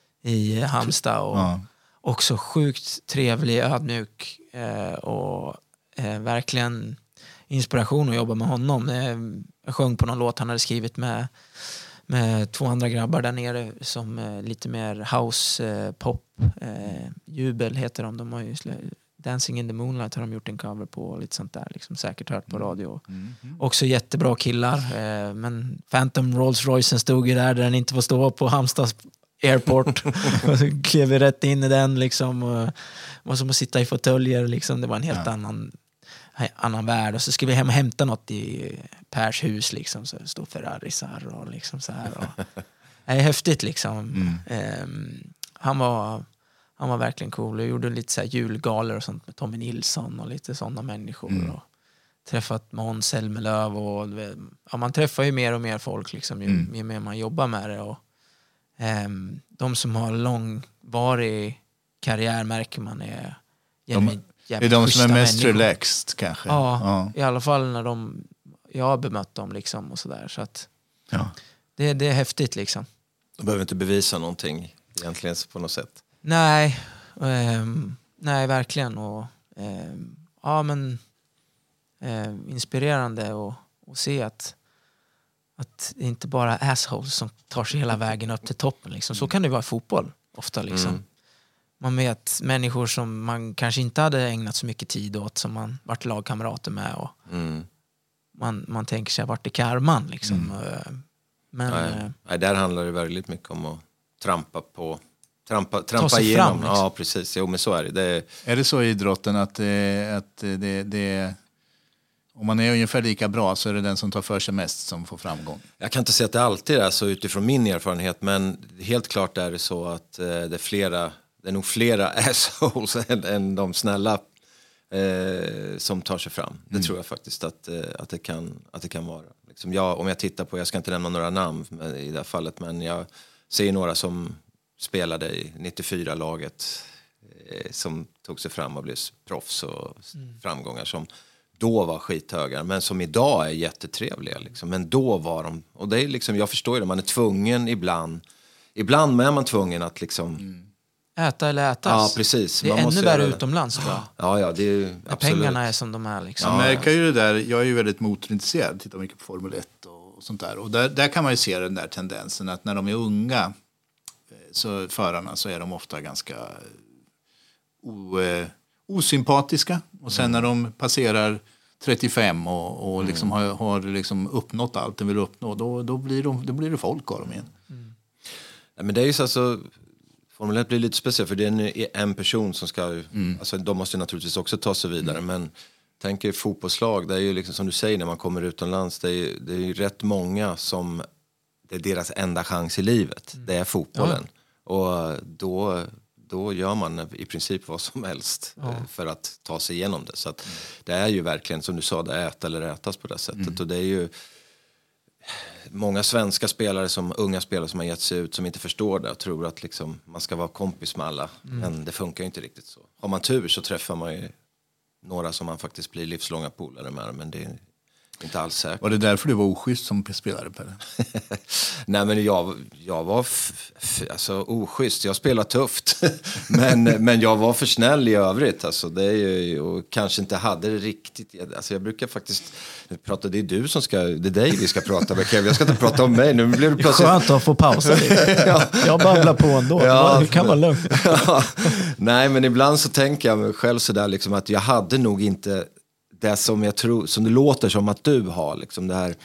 i Halmstad. Och Ja. också sjukt trevlig, ödmjuk eh, och eh, verkligen inspiration att jobba med honom. Eh, jag sjöng på någon låt han hade skrivit med, med två andra grabbar där nere som eh, lite mer house, eh, pop, eh, jubel heter de. De har ju slä- Dancing in the Moonlight har de gjort en cover på och lite sånt där. Liksom, säkert hört på radio. Mm. Också jättebra killar. Eh, men Phantom Rolls Roycen stod ju där där den inte får stå på Halmstads airport. Och så klev vi rätt in i den liksom. Och var som att sitta i fåtöljer liksom. Det var en helt Ja. annan, annan värld. Och så skulle vi hem och hämta något i Pers hus liksom. Så stod Ferrarisar och liksom så här. Och, det är häftigt liksom. Mm. Ehm, han var han var verkligen cool. Jag gjorde lite så här julgalor och sånt med Tommy Nilsson och lite sådana människor. Mm. Och träffat Måns Zelmerlöw och ja, man träffar ju mer och mer folk liksom, ju, Mm. ju mer man jobbar med det. Och, ehm, de som har långvarig karriär märker man är jävligt, Det är jävligt de som är schyssta mest människor. relaxed kanske. Ja, Ja. i alla fall när de jag har bemött dem liksom och sådär. Så att Ja. det, det är häftigt liksom. De behöver inte bevisa någonting egentligen på något sätt. Nej, ehm, nej verkligen. Och, ehm, ja, men ehm, inspirerande och, och se att, att det inte bara är assholes som tar sig hela vägen upp till toppen. Liksom. Så kan det vara i fotboll ofta. Liksom. Mm. Man vet människor som man kanske inte hade ägnat så mycket tid åt som man varit lagkamrater med. Och Mm. man, man tänker sig vart är karman. Liksom. Mm. Men Nej. eh, Nej, där handlar det väldigt mycket om att trampa på. Trampa, trampa sig igenom. fram, liksom. Ja, precis. Jo, men så är det. det är, Är det så i idrotten att, eh, att det, det, om man är ungefär lika bra så är det den som tar för sig mest som får framgång? jag kan inte säga att det alltid är så utifrån min erfarenhet, men helt klart är det så att eh, det är flera, det är nog flera assholes än, än de snälla eh, som tar sig fram. Det Mm. tror jag faktiskt att, eh, att, det, kan, att det kan vara. Liksom jag, om jag tittar på, jag ska inte nämna några namn i det här fallet, men jag ser några som spelade i nittiofyra-laget eh, som tog sig fram och blev proffs och Mm. framgångar som då var skithöga, men som idag är jättetrevliga liksom. Men då var de, och det är liksom, jag förstår ju det, man är tvungen ibland ibland är man tvungen att liksom äta eller ätas. ja, precis. Det är Man ännu måste värre göra det. utomlands tror jag. Ja, ja, det är ju När absolut. pengarna är som de är liksom. Jag märker ju det där, jag är ju väldigt motorintresserad, tittar mycket på Formel ett och, och sånt där. Och där, där kan man ju se den där tendensen att när de är unga, eh, så förarna, så är de ofta ganska o, eh, osympatiska. Och sen när de passerar trettiofem och, och liksom mm. har, har liksom uppnått allt den vill uppnå, då, då, blir, de, då blir det folk av dem igen. Mm. Ja, men det är ju så alltså, Formel ett blir lite speciellt för det är en, en person som ska, mm. alltså de måste naturligtvis också ta sig vidare, mm. men tänk er fotbollslag, det är ju liksom som du säger när man kommer utomlands, det är ju, det är ju rätt många som det är deras enda chans i livet, mm. det är fotbollen. Ja. Och då, då gör man i princip vad som helst ja. för att ta sig igenom det. Så att mm. det är ju verkligen, som du sa, det är äta eller ätas på det sättet. Mm. Och det är ju många svenska spelare, som unga spelare som har gett sig ut, som inte förstår det och tror att liksom man ska vara kompis med alla. Mm. Men det funkar ju inte riktigt så. Har man tur så träffar man ju några som man faktiskt blir livslånga polare med, men det är inte alls säkert. Var det därför du var oschysst som spelare, Pelle? Nej, men jag, jag var f- f- alltså, oschysst. Jag spelade tufft. men, men jag var för snäll i övrigt. Alltså, det är ju, och kanske inte hade det riktigt. Alltså, jag brukar faktiskt prata, det är du som ska, det är dig vi ska prata med, Kevin. Jag ska inte prata om mig. Nu blir det plötsligt... Skönt att få pausa lite. ja. Jag babblar på ändå. Ja, det kan vara lugnt. ja. Nej, men ibland så tänker jag mig själv sådär liksom att jag hade nog inte det som jag tror, som det låter som att du har, liksom det här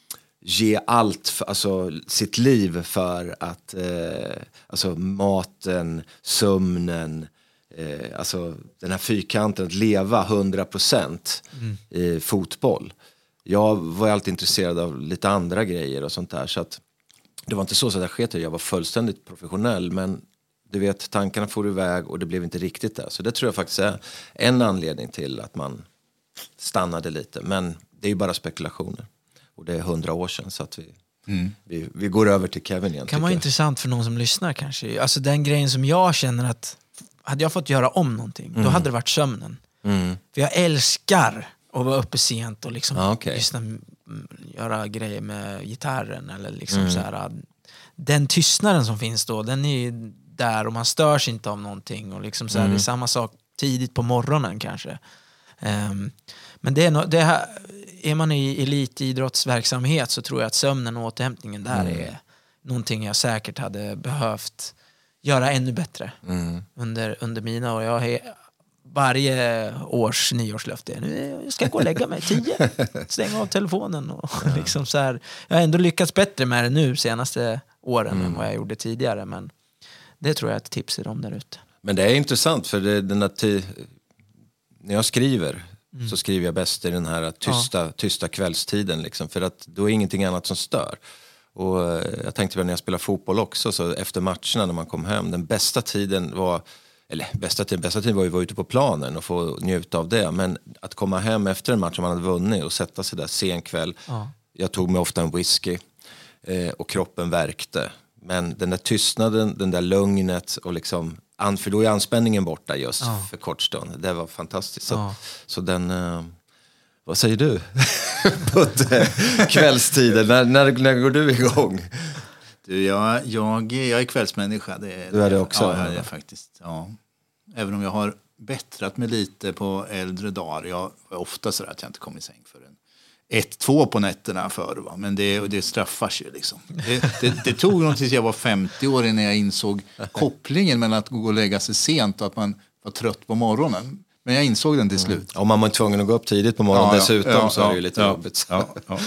ge allt, för, alltså sitt liv för att eh, alltså maten, sömnen, eh, alltså den här fyrkanten, att leva hundra procent mm. i fotboll. Jag var alltid intresserad av lite andra grejer och sånt där, så att det var inte så att jag sket i, jag var fullständigt professionell, men du vet, tankarna får iväg och det blev inte riktigt där. Så det tror jag faktiskt är en anledning till att man stannade lite, men det är ju bara spekulationer och det är hundra år sedan, så att vi, mm. vi, vi går över till Kevin igen. Kan vara intressant för någon som lyssnar kanske, alltså den grejen som jag känner att hade jag fått göra om någonting, mm. då hade det varit sömnen. Mm. För jag älskar att vara uppe sent och liksom ah, okay. lyssna, göra grejer med gitarren eller liksom mm. så här, den tystnaden som finns då, den är ju där och man störs inte av någonting och liksom så här, mm. det är samma sak tidigt på morgonen kanske. Um, men det är, no, det här, är man i elitidrottsverksamhet så tror jag att sömnen och återhämtningen där mm. är någonting jag säkert hade behövt göra ännu bättre mm. under, under mina år. Jag har varje års nyårslöfte, nu ska jag gå och lägga mig tio, stänga av telefonen och ja. liksom så här. Jag har ändå lyckats bättre med det nu senaste åren mm. än vad jag gjorde tidigare, men det tror jag är ett tips till dem där ute. Men det är intressant för det, den här t- när jag skriver mm. så skriver jag bäst i den här tysta, ja. tysta kvällstiden liksom, för att då är ingenting annat som stör. Och jag tänkte väl när jag spelade fotboll också, så efter matcherna när man kom hem, den bästa tiden var, eller bästa tiden, bästa tiden var ju att vara ute på planen och få njuta av det, men att komma hem efter en match som man hade vunnit och sätta sig där sen kväll, ja. jag tog mig ofta en whisky eh, och kroppen värkte, men den där tystnaden, den där lugnet och liksom, för då är anspänningen borta just ja. för kort stund. Det var fantastiskt. Så, ja. så den, uh, vad säger du? Putte, kvällstiden, när, när, när går du igång? Du, jag, jag, jag är kvällsmänniska. Det är, du är det också? Ja, det är jag faktiskt. Ja. Även om jag har bättrat mig lite på äldre dagar. Jag är ofta så att jag inte kommer i säng förrän ett, två på nätterna förr, va? Men det, det straffas ju liksom. Det, det, det tog nog tills jag var femtio år innan jag insåg kopplingen mellan att gå och lägga sig sent och att man var trött på morgonen. Men jag insåg den till slut. Mm. Om man var tvungen att gå upp tidigt på morgonen ja, dessutom ja, så ja, är det ju lite ja, jobbigt. Ja, ja.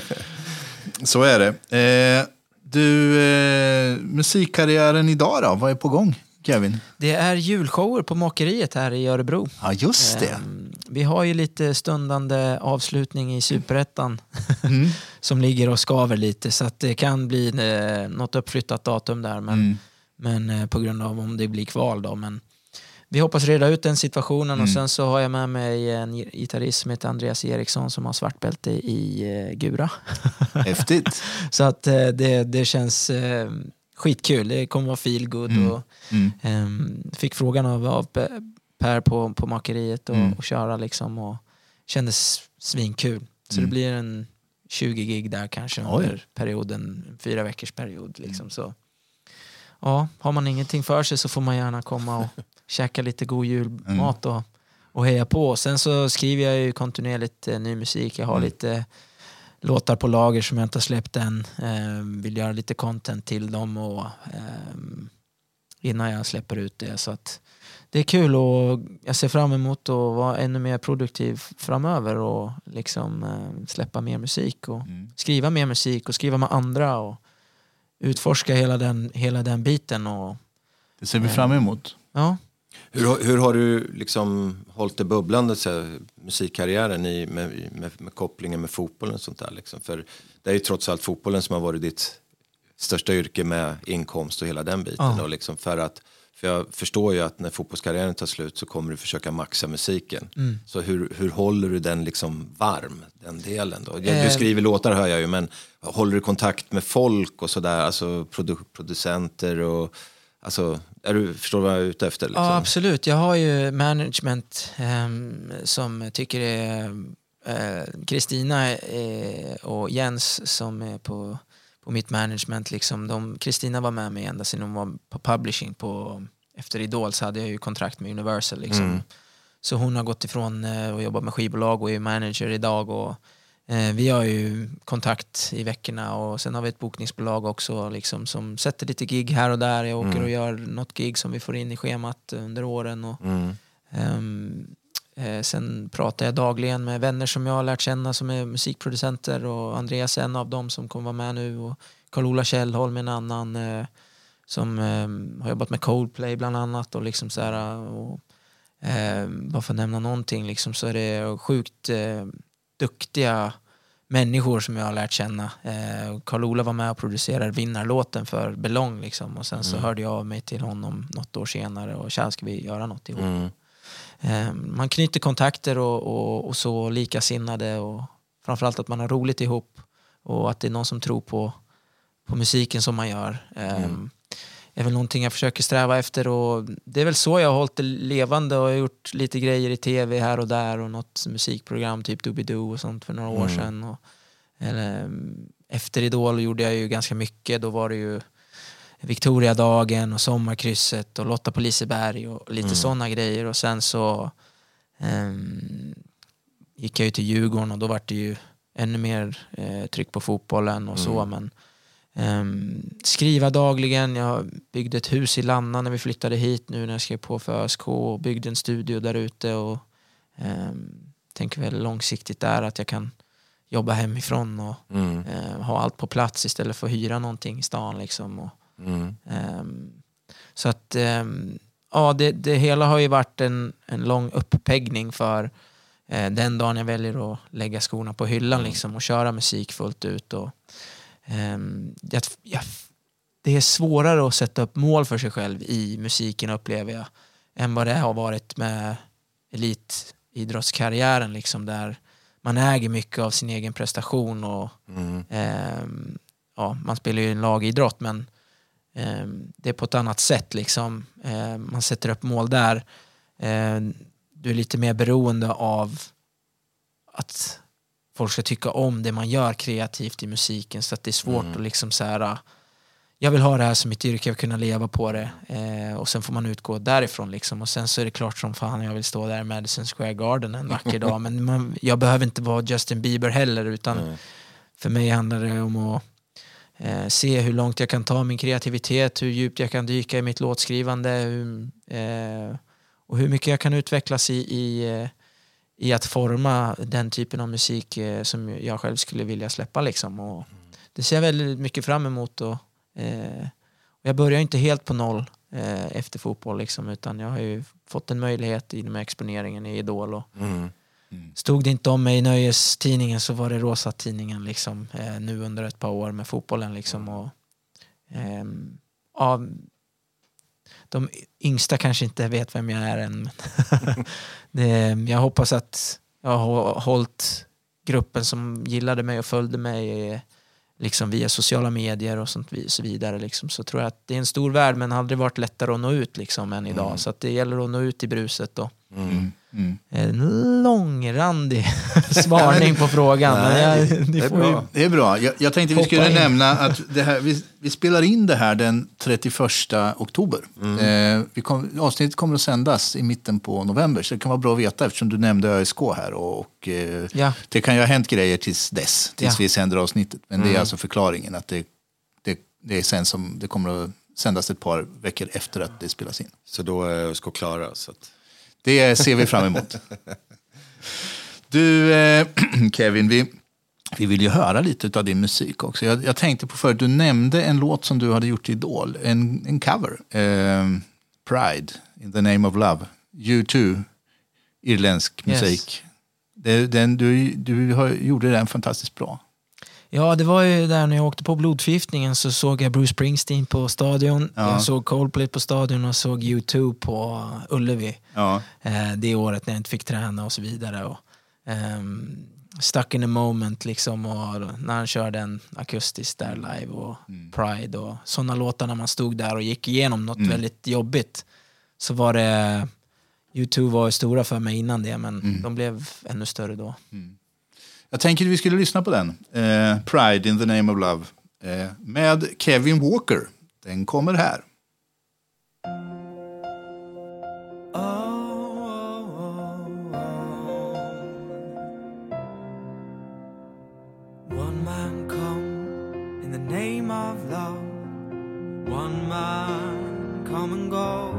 Så är det. Eh, du, eh, musikkarriären idag då? Vad är på gång, Kevin? Det är julshower på Makeriet här i Örebro. Ja, just det. Um, vi har ju lite stundande avslutning i Superettan mm. som ligger och skaver lite, så att det kan bli eh, något uppflyttat datum där, men, mm. men eh, på grund av om det blir kval då. Men vi hoppas reda ut den situationen mm. och sen så har jag med mig en gitarrist som heter Andreas Eriksson som har svartbälte i eh, Gura. Häftigt. Så att eh, det, det känns... Eh, skitkul, det kommer vara feel good mm. och mm. Um, fick frågan av, av Per på, på Makeriet och, mm. och köra liksom och kändes svinkul. Så mm. det blir en tjugo gig där kanske under Oj. perioden, fyra veckors period liksom. Så ja, har man ingenting för sig så får man gärna komma och käka lite god julmat och, och heja på. Sen så skriver jag ju kontinuerligt eh, ny musik, jag har mm. lite låtar på lager som jag inte har släppt än. Eh, vill göra lite content till dem och eh, innan jag släpper ut det. Så att det är kul och jag ser fram emot att vara ännu mer produktiv framöver och liksom eh, släppa mer musik och mm. skriva mer musik och skriva med andra och utforska hela den, hela den biten. Och, det ser vi fram emot. Eh, ja. Hur, hur har du liksom hållit det bubblande så här, musikkarriären i, med, med, med kopplingen med fotbollen och sånt där liksom? För det är ju trots allt fotbollen som har varit ditt största yrke med inkomst och hela den biten. Ja. Och liksom för att För jag förstår ju att när fotbollskarriären tar slut så kommer du försöka maxa musiken. Mm. Så hur, hur håller du den liksom varm, den delen då? Du skriver låtar hör jag ju, men håller du kontakt med folk och sådär, alltså produ- producenter och alltså, är du, förstår du vad jag är ute efter? Liksom? Ja, absolut. Jag har ju management eh, som tycker det är Kristina eh, och Jens som är på på mitt management liksom. De Kristina var med mig ända sedan hon var på publishing på efter Idol, så hade jag ju kontrakt med Universal liksom. Mm. Så hon har gått ifrån eh, och jobbat med skivbolag och är manager idag och eh, vi har ju kontakt i veckorna och sen har vi ett bokningsbolag också liksom, som sätter lite gig här och där. Jag åker mm. och gör något gig som vi får in i schemat under åren och mm. um, Eh, sen pratar jag dagligen med vänner som jag har lärt känna som är musikproducenter och Andreas är en av dem som kommer vara med nu och Carl-Ola Kjellholm en annan eh, som eh, har jobbat med Coldplay bland annat och liksom så här och eh, bara för att nämna någonting liksom, så är det sjukt eh, duktiga människor som jag har lärt känna. Eh, Carl-Ola var med och producerade vinnarlåten för Belong liksom, och sen mm. så hörde jag av mig till honom något år senare och tja, ska vi göra något ihop. Mm. Man knyter kontakter och, och, och så likasinnade och framförallt att man har roligt ihop och att det är någon som tror på, på musiken som man gör. Mm. är väl någonting jag försöker sträva efter och det är väl så jag har hållit det levande och gjort lite grejer i tv här och där och något musikprogram typ Doobidoo och sånt för några år mm. sedan. Och, eller, efter Idol gjorde jag ju ganska mycket, då var det ju Victoriadagen och Sommarkrysset och Lotta på Liseberg och lite mm. sådana grejer och sen så um, gick jag ju till Djurgården och då var det ju ännu mer eh, tryck på fotbollen och mm. så, men um, skriva dagligen. Jag byggde ett hus i Lanna när vi flyttade hit nu när jag skrev på för ÖSK och byggde en studio där ute och um, tänker väl långsiktigt där att jag kan jobba hemifrån och mm. uh, ha allt på plats istället för att hyra någonting i stan liksom och Mm. Um, så att um, ja, det, det hela har ju varit en, en lång uppeggning för uh, den dagen jag väljer att lägga skorna på hyllan mm. liksom, och köra musik fullt ut och, um, jag, jag, det är svårare att sätta upp mål för sig själv i musiken upplever jag än vad det har varit med elitidrottskarriären liksom, där man äger mycket av sin egen prestation och mm. um, ja, man spelar ju en lagidrott men det är på ett annat sätt liksom. Man sätter upp mål där. Du är lite mer beroende av att folk ska tycka om det man gör kreativt i musiken, så att det är svårt mm. att liksom så här, jag vill ha det här som mitt yrke, jag vill kunna leva på det och sen får man utgå därifrån liksom. Och sen så är det klart som fan jag vill stå där i Madison Square Garden en vacker dag, men man, jag behöver inte vara Justin Bieber heller, utan mm. för mig handlar det om att Eh, se hur långt jag kan ta min kreativitet, hur djupt jag kan dyka i mitt låtskrivande hur, eh, och hur mycket jag kan utvecklas i, i, eh, i att forma den typen av musik eh, som jag själv skulle vilja släppa liksom. Och det ser jag väldigt mycket fram emot och, eh, och jag börjar inte helt på noll eh, efter fotboll liksom, utan jag har ju fått en möjlighet inom exponeringen i Idol och mm. Mm. stod det inte om mig i Nöjestidningen så var det Rosa tidningen liksom, eh, nu under ett par år med fotbollen liksom, och eh, ja, de yngsta kanske inte vet vem jag är än. det, jag hoppas att jag har hållit gruppen som gillade mig och följde mig eh, liksom via sociala medier och sånt så vidare liksom, så tror jag att det är en stor värld, men aldrig varit lättare att nå ut liksom än idag, mm. så att det gäller att nå ut i bruset då. Mm. Mm. En långrandig svarning på frågan. Nej, men jag, det, är får ju det är bra. Jag, jag tänkte vi skulle in. nämna att det här, vi, vi spelar in det här den trettioförsta oktober. Mm. Eh, vi kom, avsnittet kommer att sändas i mitten på november, så det kan vara bra att veta eftersom du nämnde ÖSK här. Och, och eh, ja. Det kan ju ha hänt grejer tills dess, tills ja. vi sänder avsnittet. Men mm. det är alltså förklaringen att det, det, det är sen som det kommer att sändas ett par veckor efter att det spelas in. Så då är ska klara. Så att... Det ser vi fram emot. Du, eh, Kevin, vi, vi vill ju höra lite av din musik också. Jag, jag tänkte på förut, du nämnde en låt som du hade gjort i Idol, en, en cover. Eh, Pride, in the name of love. U två, irländsk musik. Yes. Det, den, du du har, gjorde den fantastiskt bra. Ja, det var ju där när jag åkte på blodförgiftningen så såg jag Bruce Springsteen på stadion. Ja. Jag såg Coldplay på stadion och såg U två på Ullevi. Ja. Eh, det året när jag inte fick träna och så vidare. Och, ehm, stuck in a moment liksom. Och när han körde en akustisk där live och mm. Pride och sådana låtar när man stod där och gick igenom något mm. väldigt jobbigt. Så var det... U två var ju stora för mig innan det, men mm. de blev ännu större då. Mm. Jag tänker att vi skulle lyssna på den. Eh, Pride in the name of love. Eh, med Kevin Walker. Den kommer här. Oh, oh, oh, oh. One man come in the name of love. One man come and go.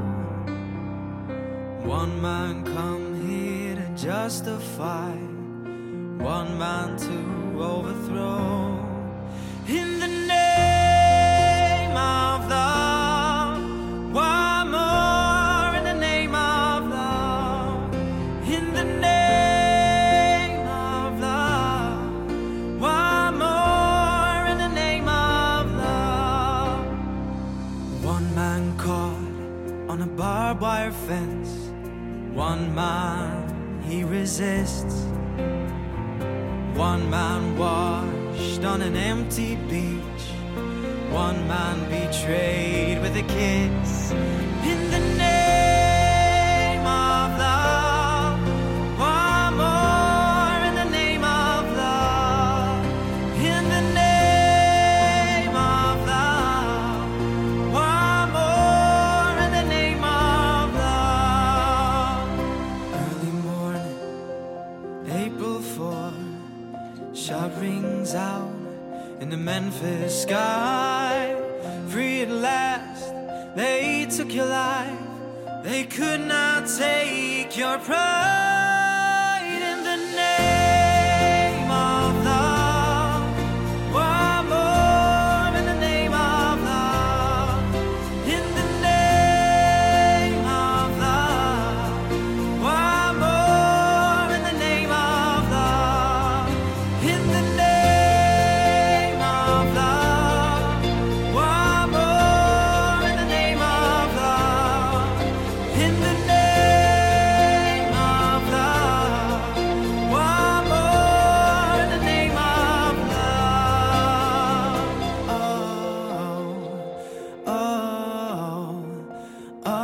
One man come here to justify, one man to overthrow. In the name of love, one more in the name of love. In the name of love, one more in the name of love. One man caught on a barbed wire fence. One man, he resists. One man washed on an empty beach. One man betrayed with a kiss. In the name of love, one more in the name of love. In the name of love, one more in the name of love. Early morning, April fourth, shot rings out in the Memphis sky. Free at last, they took your life. They could not take your pride. In the name of love, one more in the name of love. In the name of love, one more in the name of love. In the name of love, one more in the name of love. In the name of love, one more in the name of love. Oh, oh, oh,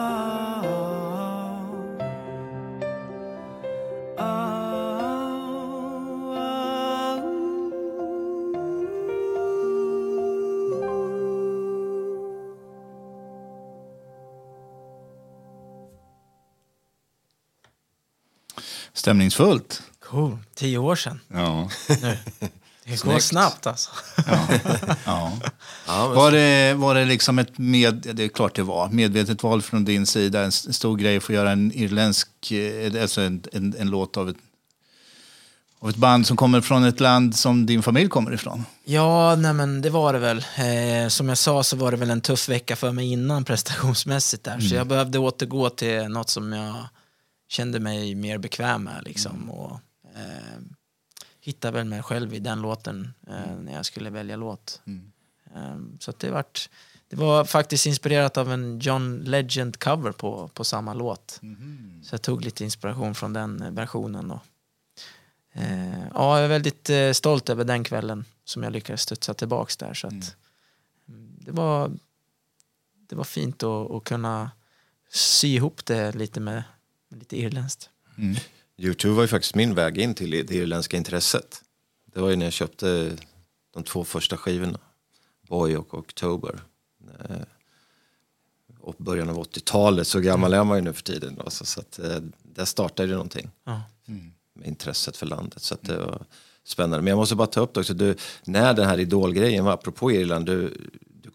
Stämningsfullt. Cool. Tio år sedan. Ja. Nu. Det går snabbt alltså. Ja. Ja. Ja, var, det, var det liksom ett med, det är klart det var, medvetet val från din sida, en stor grej att få göra en irländsk, alltså en, en, en låt av ett, av ett band som kommer från ett land som din familj kommer ifrån? Ja, nej men det var det väl. Eh, som jag sa så var det väl en tuff vecka för mig innan prestationsmässigt där. Mm. Så jag behövde återgå till något som jag kände mig mer bekväm med liksom. Mm. Och eh, hittade väl mig själv i den låten eh, när jag skulle välja låt. Mm. Eh, så att det vart, det var faktiskt inspirerat av en John Legend cover på, på samma låt. Mm. Så jag tog lite inspiration från den versionen då. Eh, ja, jag är väldigt eh, stolt över den kvällen som jag lyckades studsa tillbaks där. Så att, mm. det, var, det var fint att, att kunna sy ihop det lite med, med lite irländskt. Mm. U två var ju faktiskt min väg in till det irländska intresset. Det var ju när jag köpte de två första skivorna, Boy och October. Eh, och början av åttiotalet, så gammal är man ju nu för tiden. Då, så, så att, eh, där startade det någonting. Ja. Mm. Med intresset för landet, så att det var spännande. Men jag måste bara ta upp det också, du, när den här idolgrejen var, apropå Irland, du, du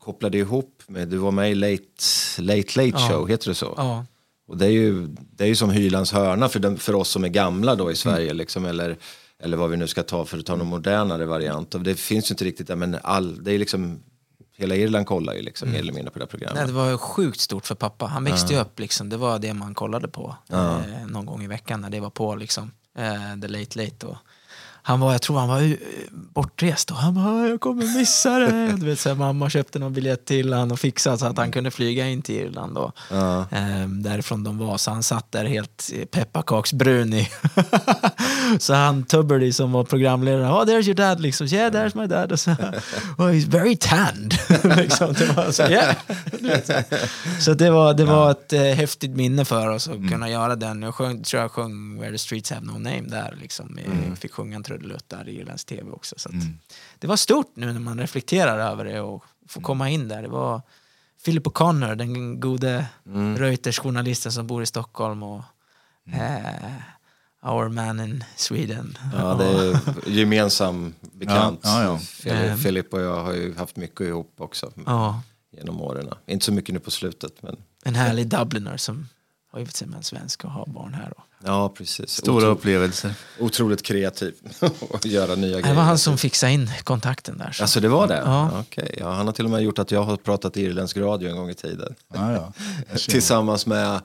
kopplade ihop med, du var med i Late Late, late Ja. Show, heter det så? Ja. Och det är ju, det är ju som Hylands hörna för, den, för oss som är gamla då i Sverige mm. liksom, eller, eller vad vi nu ska ta för att ta någon modernare variant. Och det finns ju inte riktigt där, men all, det är liksom, hela Irland kollar ju liksom mm. eller mindre på det här programmet. Nej, det var sjukt stort för pappa. Han växte ju upp liksom, det var det man kollade på Ja. eh, någon gång i veckan när det var på liksom, eh, The Late Late och han var, jag tror han var uh, bortrest och han bara, jag kommer missa det. Du vet, så här, mamma köpte någon biljett till han och fixade så att han kunde flyga in till Irland och, Ja. eh, därifrån de var. Så han satt där helt pepparkaksbrun i. Så han Tuberty som var programledare, oh there's your dad liksom, yeah there's my dad. Och så, oh, he's very tanned. liksom, det var så, yeah. Så det var, det var ett eh, häftigt minne för oss att mm. kunna göra den. Jag sjöng, tror jag sjöng Where the Streets Have No Name där liksom. Mm. Fick sjunga en trudelutt där i Irlands T V också. Så att mm. det var stort nu när man reflekterar över det och får komma in där. Det var Philip O'Connor, den gode mm. Reuters-journalisten som bor i Stockholm och mm. eh, Our Man in Sweden. Ja, det är gemensam bekant. Ja, ja, ja. Philip, Philip och jag har ju haft mycket ihop också ja. genom åren. Inte så mycket nu på slutet. Men... En härlig Dubliner som har gift sig med en svensk och har barn här. Och... Ja, precis. Stora Otro... upplevelser. Otroligt kreativ att göra nya grejer. Det var han som fixade in kontakten där. Så. Alltså det var det? Ja. Okej. Ja, han har till och med gjort att jag har pratat irländsk radio en gång i tiden. Ja, ja. Tillsammans med...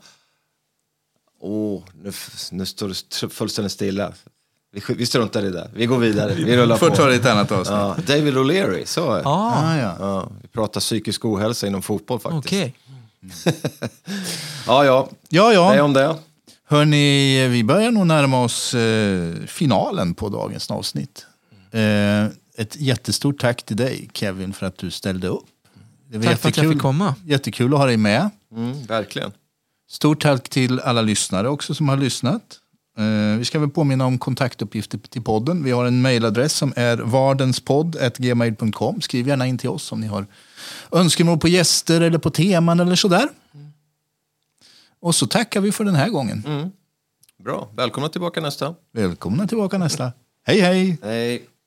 Åh, oh, nu, nu står det fullständigt stilla. Vi, vi struntar i det. Vi går vidare. Vi rullar får på. ta det ett annat avsnitt. Ja, David O'Leary, så är ah. Ah, ja. Ja, vi pratar psykisk ohälsa inom fotboll faktiskt. Okej. Okay. ja, ja. Ja, ja. Det är om det. Hörrni, vi börjar nog närma oss eh, finalen på dagens avsnitt. Eh, ett jättestort tack till dig, Kevin, för att du ställde upp. Det var tack för att jag fick komma. Jättekul att ha dig med. Mm, verkligen. Stort tack till alla lyssnare också som har lyssnat. Eh, vi ska väl påminna om kontaktuppgifter till podden. Vi har en mejladress som är vardenspodd at gmail dot com. Skriv gärna in till oss om ni har önskemål på gäster eller på teman eller sådär. Mm. Och så tackar vi för den här gången. Mm. Bra, välkomna tillbaka nästa. Välkomna tillbaka nästa. Hej hej! Hej!